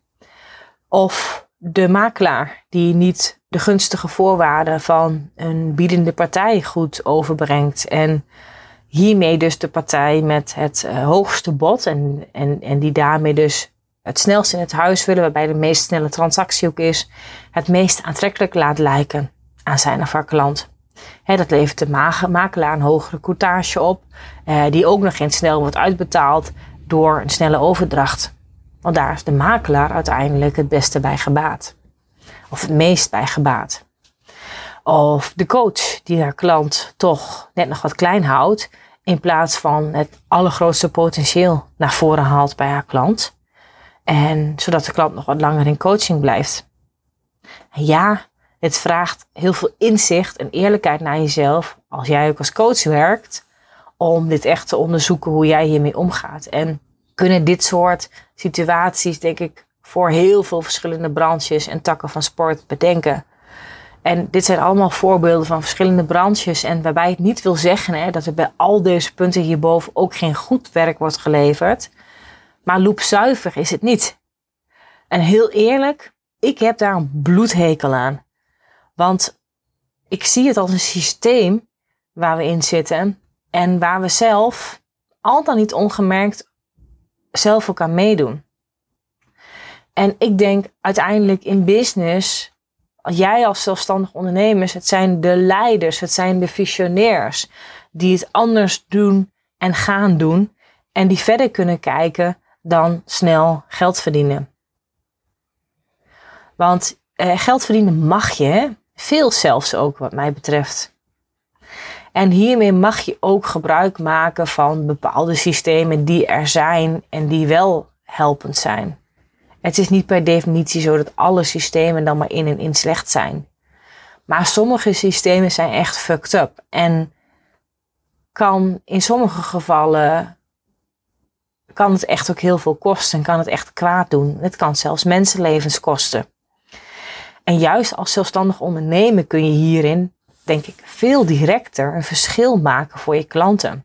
Of de makelaar die niet de gunstige voorwaarden van een biedende partij goed overbrengt. En hiermee dus de partij met het uh, hoogste bod en, en, en die daarmee dus het snelst in het huis willen, waarbij de meest snelle transactie ook is, het meest aantrekkelijk laat lijken aan zijn of haar klant. He, dat levert de ma- makelaar een hogere courtage op, uh, die ook nog eens snel wordt uitbetaald door een snelle overdracht. Want daar is de makelaar uiteindelijk het beste bij gebaat. Of het meest bij gebaat. Of de coach die haar klant toch net nog wat klein houdt, in plaats van het allergrootste potentieel naar voren haalt bij haar klant. En zodat de klant nog wat langer in coaching blijft. En ja, het vraagt heel veel inzicht en eerlijkheid naar jezelf, als jij ook als coach werkt, om dit echt te onderzoeken hoe jij hiermee omgaat. En kunnen dit soort situaties, denk ik, voor heel veel verschillende branches en takken van sport bedenken. En dit zijn allemaal voorbeelden van verschillende branches. En waarbij het niet wil zeggen hè, dat er bij al deze punten hierboven ook geen goed werk wordt geleverd. Maar loepzuiver is het niet. En heel eerlijk, ik heb daar een bloedhekel aan. Want ik zie het als een systeem waar we in zitten. En waar we zelf, al dan niet ongemerkt, zelf ook aan meedoen. En ik denk uiteindelijk in business, jij als zelfstandig ondernemers, het zijn de leiders, het zijn de visionairs die het anders doen en gaan doen. En die verder kunnen kijken dan snel geld verdienen. Want eh, geld verdienen mag je, hè? Veel zelfs ook wat mij betreft. En hiermee mag je ook gebruik maken van bepaalde systemen die er zijn en die wel helpend zijn. Het is niet per definitie zo dat alle systemen dan maar in en in slecht zijn. Maar sommige systemen zijn echt fucked up. En kan in sommige gevallen kan het echt ook heel veel kosten. Kan het echt kwaad doen. Het kan zelfs mensenlevens kosten. En juist als zelfstandig ondernemer kun je hierin, denk ik, veel directer een verschil maken voor je klanten.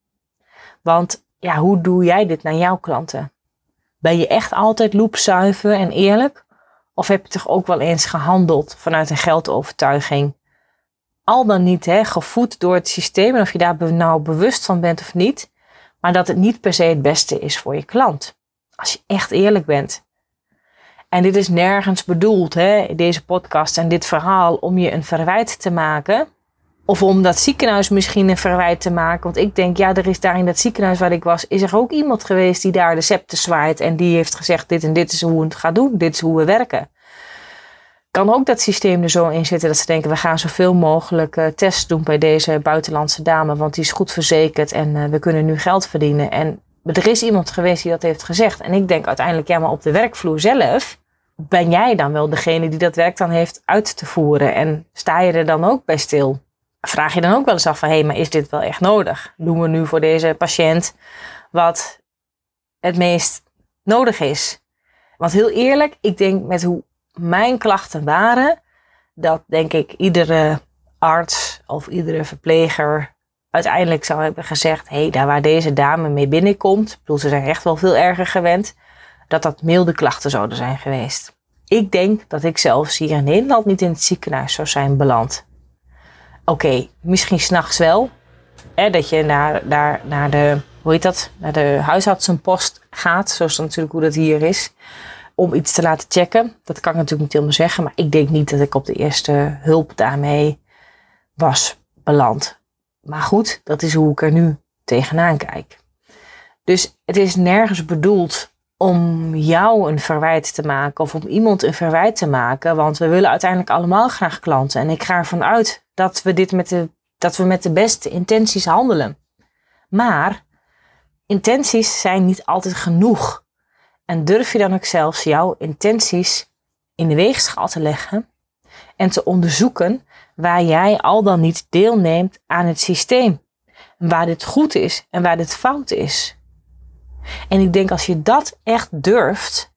Want ja, hoe doe jij dit naar jouw klanten? Ben je echt altijd loepzuiver en eerlijk? Of heb je toch ook wel eens gehandeld vanuit een geldovertuiging? Al dan niet hè, gevoed door het systeem, en of je daar nou bewust van bent of niet, maar dat het niet per se het beste is voor je klant. Als je echt eerlijk bent. En dit is nergens bedoeld, hè, deze podcast en dit verhaal, om je een verwijt te maken. Of om dat ziekenhuis misschien een verwijt te maken. Want ik denk, ja, er is daar in dat ziekenhuis waar ik was, is er ook iemand geweest die daar de scepter zwaait. En die heeft gezegd, dit en dit is hoe we het gaan doen. Dit is hoe we werken. Kan ook dat systeem er zo in zitten dat ze denken, we gaan zoveel mogelijk uh, tests doen bij deze buitenlandse dame. Want die is goed verzekerd en uh, we kunnen nu geld verdienen. En er is iemand geweest die dat heeft gezegd. En ik denk uiteindelijk, ja, maar op de werkvloer zelf ben jij dan wel degene die dat werk dan heeft uit te voeren. En sta je er dan ook bij stil? Vraag je dan ook wel eens af van, hé, hey, maar is dit wel echt nodig? Doen we nu voor deze patiënt wat het meest nodig is? Want heel eerlijk, ik denk met hoe mijn klachten waren, dat denk ik iedere arts of iedere verpleger uiteindelijk zou hebben gezegd, hé, hey, daar waar deze dame mee binnenkomt, ik bedoel, ze zijn echt wel veel erger gewend, dat dat milde klachten zouden zijn geweest. Ik denk dat ik zelfs hier in Nederland niet in het ziekenhuis zou zijn beland. Oké, okay, misschien 's nachts wel. Hè, dat je naar, naar, naar de, hoe heet dat? Naar de huisartsenpost gaat. Zoals natuurlijk hoe dat hier is. Om iets te laten checken. Dat kan ik natuurlijk niet helemaal zeggen. Maar ik denk niet dat ik op de eerste hulp daarmee was beland. Maar goed, dat is hoe ik er nu tegenaan kijk. Dus het is nergens bedoeld om jou een verwijt te maken. Of om iemand een verwijt te maken. Want we willen uiteindelijk allemaal graag klanten. En ik ga ervan uit dat we dit met de dat we met de beste intenties handelen. Maar intenties zijn niet altijd genoeg. En durf je dan ook zelfs jouw intenties in de weegschaal te leggen en te onderzoeken waar jij al dan niet deelneemt aan het systeem. Waar dit goed is en waar dit fout is. En ik denk als je dat echt durft,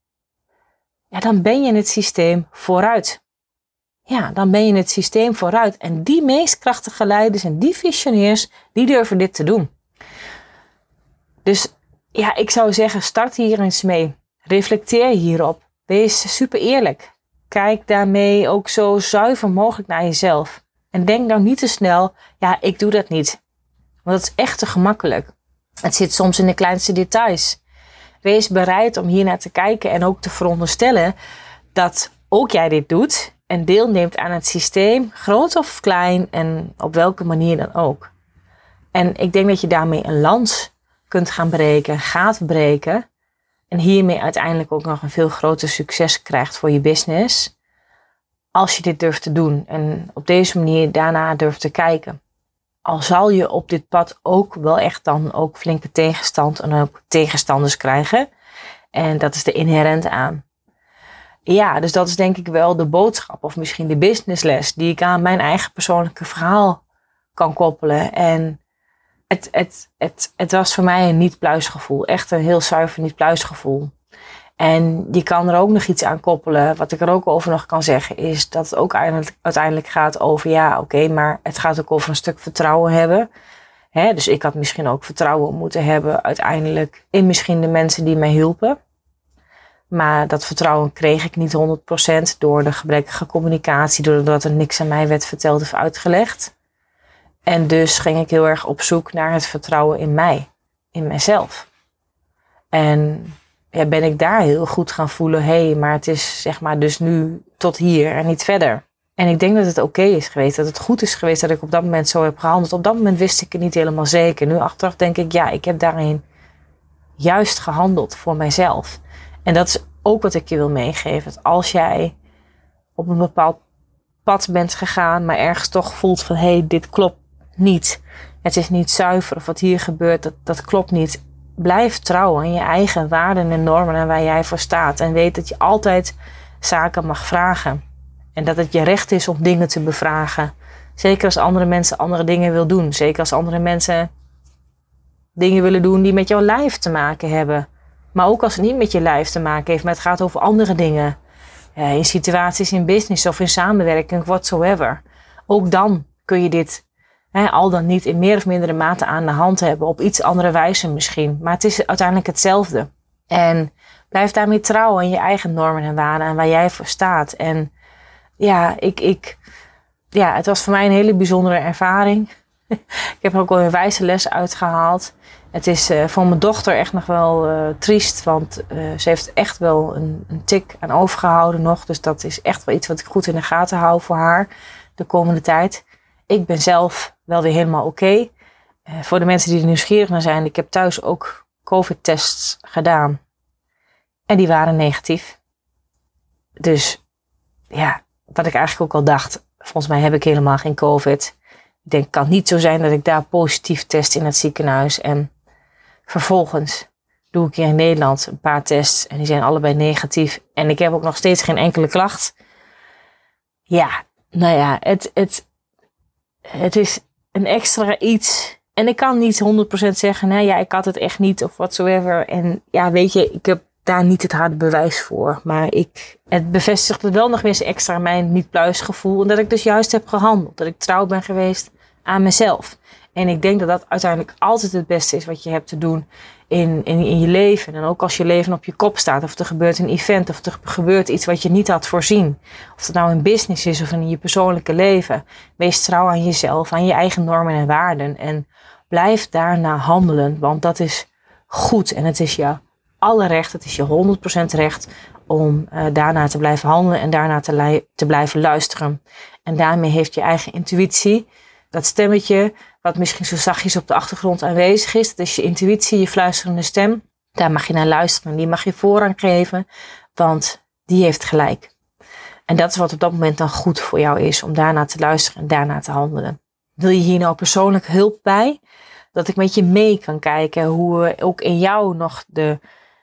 ja, dan ben je in het systeem vooruit. Ja, dan ben je in het systeem vooruit. En die meest krachtige leiders en die visionaires, die durven dit te doen. Dus ja, ik zou zeggen, start hier eens mee. Reflecteer hierop. Wees super eerlijk. Kijk daarmee ook zo zuiver mogelijk naar jezelf. En denk nou niet te snel, ja, ik doe dat niet. Want dat is echt te gemakkelijk. Het zit soms in de kleinste details. Wees bereid om hier naar te kijken en ook te veronderstellen dat ook jij dit doet en deelneemt aan het systeem, groot of klein en op welke manier dan ook. En ik denk dat je daarmee een lans kunt gaan breken, gaat breken en hiermee uiteindelijk ook nog een veel groter succes krijgt voor je business als je dit durft te doen en op deze manier daarna durft te kijken. Al zal je op dit pad ook wel echt dan ook flinke tegenstand en ook tegenstanders krijgen. En dat is er inherent aan. Ja, dus dat is denk ik wel de boodschap of misschien de businessles die ik aan mijn eigen persoonlijke verhaal kan koppelen. En het, het, het, het was voor mij een niet-pluisgevoel. Echt een heel zuiver niet-pluisgevoel. En je kan er ook nog iets aan koppelen. Wat ik er ook over nog kan zeggen is dat het ook uiteindelijk gaat over, ja oké, okay, maar het gaat ook over een stuk vertrouwen hebben. Hè, dus ik had misschien ook vertrouwen moeten hebben uiteindelijk in misschien de mensen die mij hielpen. Maar dat vertrouwen kreeg ik niet honderd procent door de gebrekkige communicatie, doordat er niks aan mij werd verteld of uitgelegd. En dus ging ik heel erg op zoek naar het vertrouwen in mij, in mijzelf. En ja, ben ik daar heel goed gaan voelen, hé, hey, maar het is zeg maar dus nu tot hier en niet verder. En ik denk dat het oké is geweest, dat het goed is geweest dat ik op dat moment zo heb gehandeld. Op dat moment wist ik het niet helemaal zeker. Nu achteraf denk ik, ja, ik heb daarin juist gehandeld voor mijzelf. En dat is ook wat ik je wil meegeven. Dat als jij op een bepaald pad bent gegaan, maar ergens toch voelt van, hé, hey, dit klopt niet. Het is niet zuiver of wat hier gebeurt, dat, dat klopt niet. Blijf trouw aan je eigen waarden en normen en waar jij voor staat. En weet dat je altijd zaken mag vragen. En dat het je recht is om dingen te bevragen. Zeker als andere mensen andere dingen willen doen. Zeker als andere mensen dingen willen doen die met jouw lijf te maken hebben. Maar ook als het niet met je lijf te maken heeft, maar het gaat over andere dingen. Ja, in situaties in business of in samenwerking, whatsoever. Ook dan kun je dit He, al dan niet in meer of mindere mate aan de hand hebben. Op iets andere wijze misschien. Maar het is uiteindelijk hetzelfde. En blijf daarmee trouw aan je eigen normen en waarden. En waar jij voor staat. En ja, ik, ik, ja, het was voor mij een hele bijzondere ervaring. Ik heb er ook wel een wijze les uitgehaald. Het is uh, voor mijn dochter echt nog wel uh, triest. Want uh, ze heeft echt wel een, een tik aan overgehouden nog. Dus dat is echt wel iets wat ik goed in de gaten hou voor haar. De komende tijd. Ik ben zelf wel weer helemaal oké. Okay. Uh, voor de mensen die er nieuwsgierig naar zijn. Ik heb thuis ook COVID-tests gedaan. En die waren negatief. Dus ja, wat ik eigenlijk ook al dacht. Volgens mij heb ik helemaal geen COVID. Ik denk, het kan niet zo zijn dat ik daar positief test in het ziekenhuis. En vervolgens doe ik hier in Nederland een paar tests. En die zijn allebei negatief. En ik heb ook nog steeds geen enkele klacht. Ja, nou ja, het, het, het is een extra iets. En ik kan niet honderd procent zeggen, nou ja, ik had het echt niet of whatsoever. En ja, weet je, ik heb daar niet het harde bewijs voor. Maar ik, het bevestigde wel nog eens extra mijn niet-pluisgevoel. En dat ik dus juist heb gehandeld. Dat ik trouw ben geweest aan mezelf. En ik denk dat dat uiteindelijk altijd het beste is wat je hebt te doen in, in, in je leven. En ook als je leven op je kop staat. Of er gebeurt een event. Of er gebeurt iets wat je niet had voorzien. Of het nou in business is of in je persoonlijke leven. Wees trouw aan jezelf. Aan je eigen normen en waarden. En blijf daarna handelen. Want dat is goed. En het is je alle recht. Het is je honderd procent recht om uh, daarna te blijven handelen. En daarna te, li- te blijven luisteren. En daarmee heeft je eigen intuïtie. Dat stemmetje wat misschien zo zachtjes op de achtergrond aanwezig is. Dat is je intuïtie, je fluisterende stem. Daar mag je naar luisteren. Die mag je voorrang geven. Want die heeft gelijk. En dat is wat op dat moment dan goed voor jou is. Om daarna te luisteren en daarna te handelen. Wil je hier nou persoonlijk hulp bij? Dat ik met je mee kan kijken hoe we ook in jou nog, de,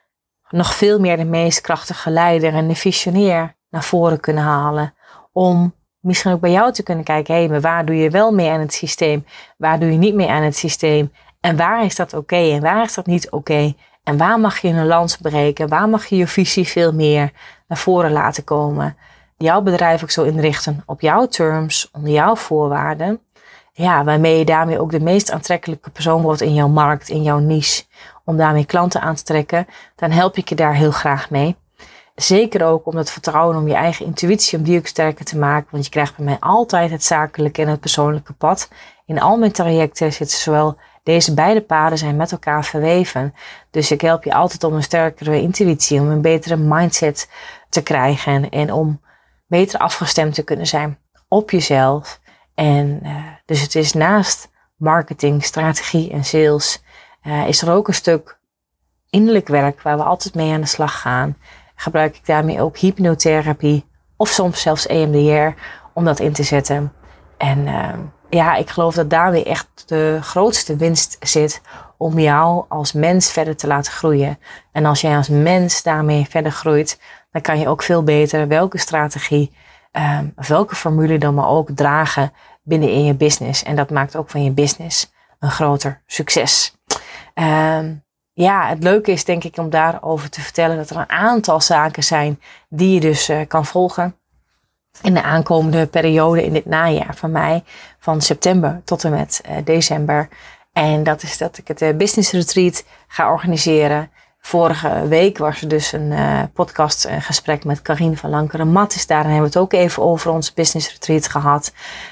nog veel meer de meest krachtige leider en de visionair naar voren kunnen halen. Om misschien ook bij jou te kunnen kijken, hé, hey, maar waar doe je wel mee aan het systeem? Waar doe je niet mee aan het systeem? En waar is dat oké okay? En waar is dat niet oké? Okay? En waar mag je een lans breken? Waar mag je je visie veel meer naar voren laten komen? Jouw bedrijf ook zo inrichten op jouw terms, onder jouw voorwaarden. Ja, waarmee je daarmee ook de meest aantrekkelijke persoon wordt in jouw markt, in jouw niche. Om daarmee klanten aan te trekken, dan help ik je daar heel graag mee. Zeker ook om dat vertrouwen, om je eigen intuïtie, om die ook sterker te maken. Want je krijgt bij mij altijd het zakelijke en het persoonlijke pad. In al mijn trajecten zitten zowel deze beide paden zijn met elkaar verweven. Dus ik help je altijd om een sterkere intuïtie, om een betere mindset te krijgen. En om beter afgestemd te kunnen zijn op jezelf. En uh, dus het is naast marketing, strategie en sales, uh, is er ook een stuk innerlijk werk waar we altijd mee aan de slag gaan. Gebruik ik daarmee ook hypnotherapie of soms zelfs E M D R om dat in te zetten. En uh, ja, ik geloof dat daarmee echt de grootste winst zit om jou als mens verder te laten groeien. En als jij als mens daarmee verder groeit, dan kan je ook veel beter welke strategie, uh, of welke formule dan maar ook dragen binnen in je business. En dat maakt ook van je business een groter succes. Uh, Ja, het leuke is denk ik om daarover te vertellen dat er een aantal zaken zijn die je dus uh, kan volgen in de aankomende periode in dit najaar van mij, van september tot en met uh, december. En dat is dat ik het uh, Business Retreat ga organiseren. Vorige week was er dus een uh, podcast, een gesprek met Karine van Lankeren-Mattis. Daarin hebben we het ook even over ons Business Retreat gehad.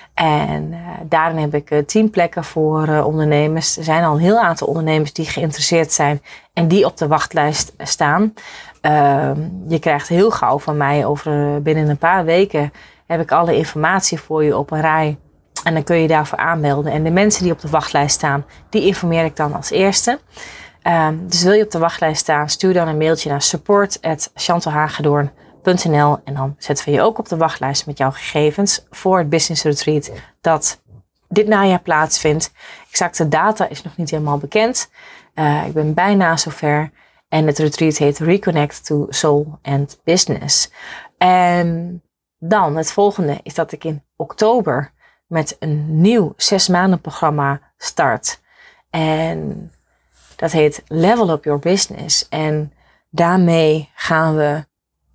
En uh, daarin heb ik uh, tien plekken voor uh, ondernemers. Er zijn al een heel aantal ondernemers die geïnteresseerd zijn en die op de wachtlijst staan. Uh, je krijgt heel gauw van mij over uh, binnen een paar weken heb ik alle informatie voor je op een rij. En dan kun je daarvoor aanmelden. En de mensen die op de wachtlijst staan, die informeer ik dan als eerste. Uh, dus wil je op de wachtlijst staan, stuur dan een mailtje naar support at chantalhagedoorn punt n l en dan zetten we je ook op de wachtlijst met jouw gegevens voor het Business Retreat dat dit najaar plaatsvindt. Exacte data is nog niet helemaal bekend. Uh, ik ben bijna zover en het retreat heet Reconnect to Soul and Business. En dan het volgende is dat ik in oktober met een nieuw zes maanden programma start. En dat heet Level Up Your Business. En daarmee gaan we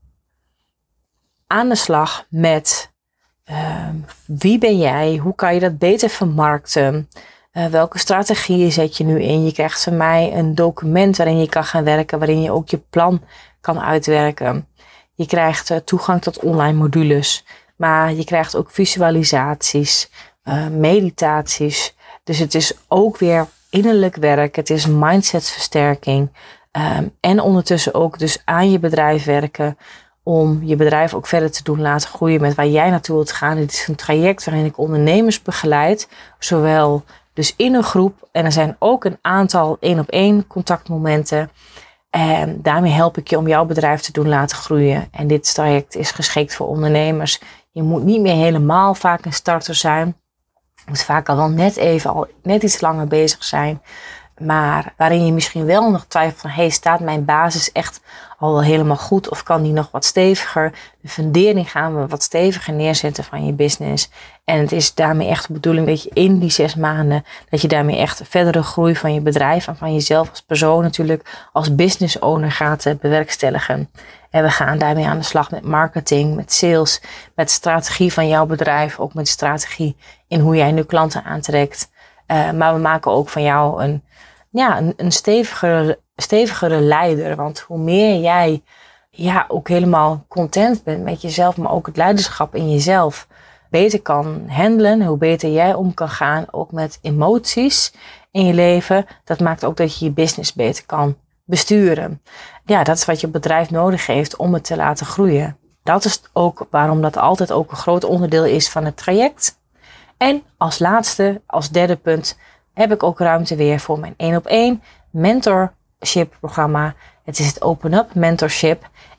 aan de slag met uh, wie ben jij? Hoe kan je dat beter vermarkten? Uh, welke strategieën zet je nu in? Je krijgt van mij een document waarin je kan gaan werken, waarin je ook je plan kan uitwerken. Je krijgt uh, toegang tot online modules, maar je krijgt ook visualisaties, uh, meditaties. Dus het is ook weer innerlijk werk. Het is mindsetversterking um, en ondertussen ook dus aan je bedrijf werken. Om je bedrijf ook verder te doen laten groeien met waar jij naartoe wilt gaan. Dit is een traject waarin ik ondernemers begeleid. Zowel dus in een groep. En er zijn ook een aantal één op één contactmomenten. En daarmee help ik je om jouw bedrijf te doen laten groeien. En dit traject is geschikt voor ondernemers. Je moet niet meer helemaal vaak een starter zijn. Je moet vaak al wel net even, al net iets langer bezig zijn. Maar waarin je misschien wel nog twijfelt van, hey, staat mijn basis echt al wel helemaal goed of kan die nog wat steviger? De fundering gaan we wat steviger neerzetten van je business. En het is daarmee echt de bedoeling dat je in die zes maanden, dat je daarmee echt verdere groei van je bedrijf en van jezelf als persoon natuurlijk als business owner gaat bewerkstelligen. En we gaan daarmee aan de slag met marketing, met sales, met strategie van jouw bedrijf, ook met strategie in hoe jij nu klanten aantrekt. Uh, maar we maken ook van jou een Ja, een, een stevigere, stevigere leider. Want hoe meer jij ja, ook helemaal content bent met jezelf, maar ook het leiderschap in jezelf beter kan handelen, hoe beter jij om kan gaan, ook met emoties in je leven, dat maakt ook dat je je business beter kan besturen. Ja, dat is wat je bedrijf nodig heeft om het te laten groeien. Dat is ook waarom dat altijd ook een groot onderdeel is van het traject. En als laatste, als derde punt, heb ik ook ruimte weer voor mijn één op één mentorship programma. Het is het Open Up Mentorship.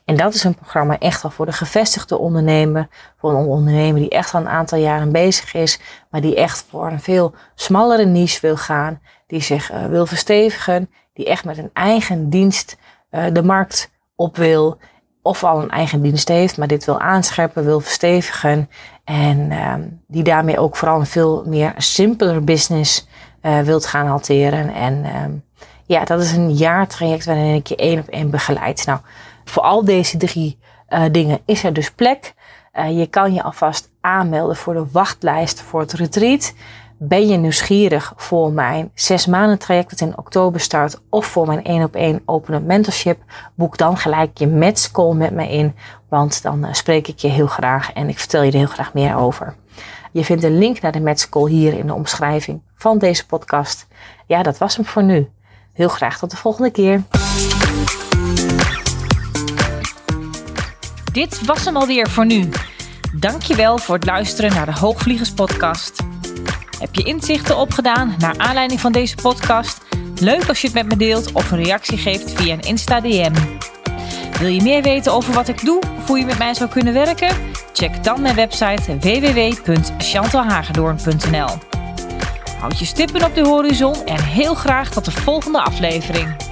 En dat is een programma echt wel voor de gevestigde ondernemer. Voor een ondernemer die echt al een aantal jaren bezig is. Maar die echt voor een veel smallere niche wil gaan. Die zich uh, wil verstevigen. Die echt met een eigen dienst uh, de markt op wil. Of al een eigen dienst heeft, maar dit wil aanscherpen, wil verstevigen. En uh, die daarmee ook vooral een veel meer simpeler business uh, wilt gaan hanteren. En uh, ja, dat is een jaartraject waarin ik je één op één begeleid. Nou, voor al deze drie uh, dingen is er dus plek. Uh, je kan je alvast aanmelden voor de wachtlijst voor het retreat. Ben je nieuwsgierig voor mijn zes maanden traject dat in oktober start of voor mijn één op één open mentorship, boek dan gelijk je matchcall met me in, want dan uh, spreek ik je heel graag en ik vertel je er heel graag meer over. Je vindt een link naar de matchcall hier in de omschrijving van deze podcast. Ja, dat was hem voor nu. Heel graag tot de volgende keer. Dit was hem alweer voor nu. Dankjewel voor het luisteren naar de Hoogvliegers podcast. Heb je inzichten opgedaan naar aanleiding van deze podcast? Leuk als je het met me deelt of een reactie geeft via een Insta D M. Wil je meer weten over wat ik doe of hoe je met mij zou kunnen werken? Check dan mijn website w w w punt chantal hagedoorn punt n l. Houd je stippen op de horizon en heel graag tot de volgende aflevering.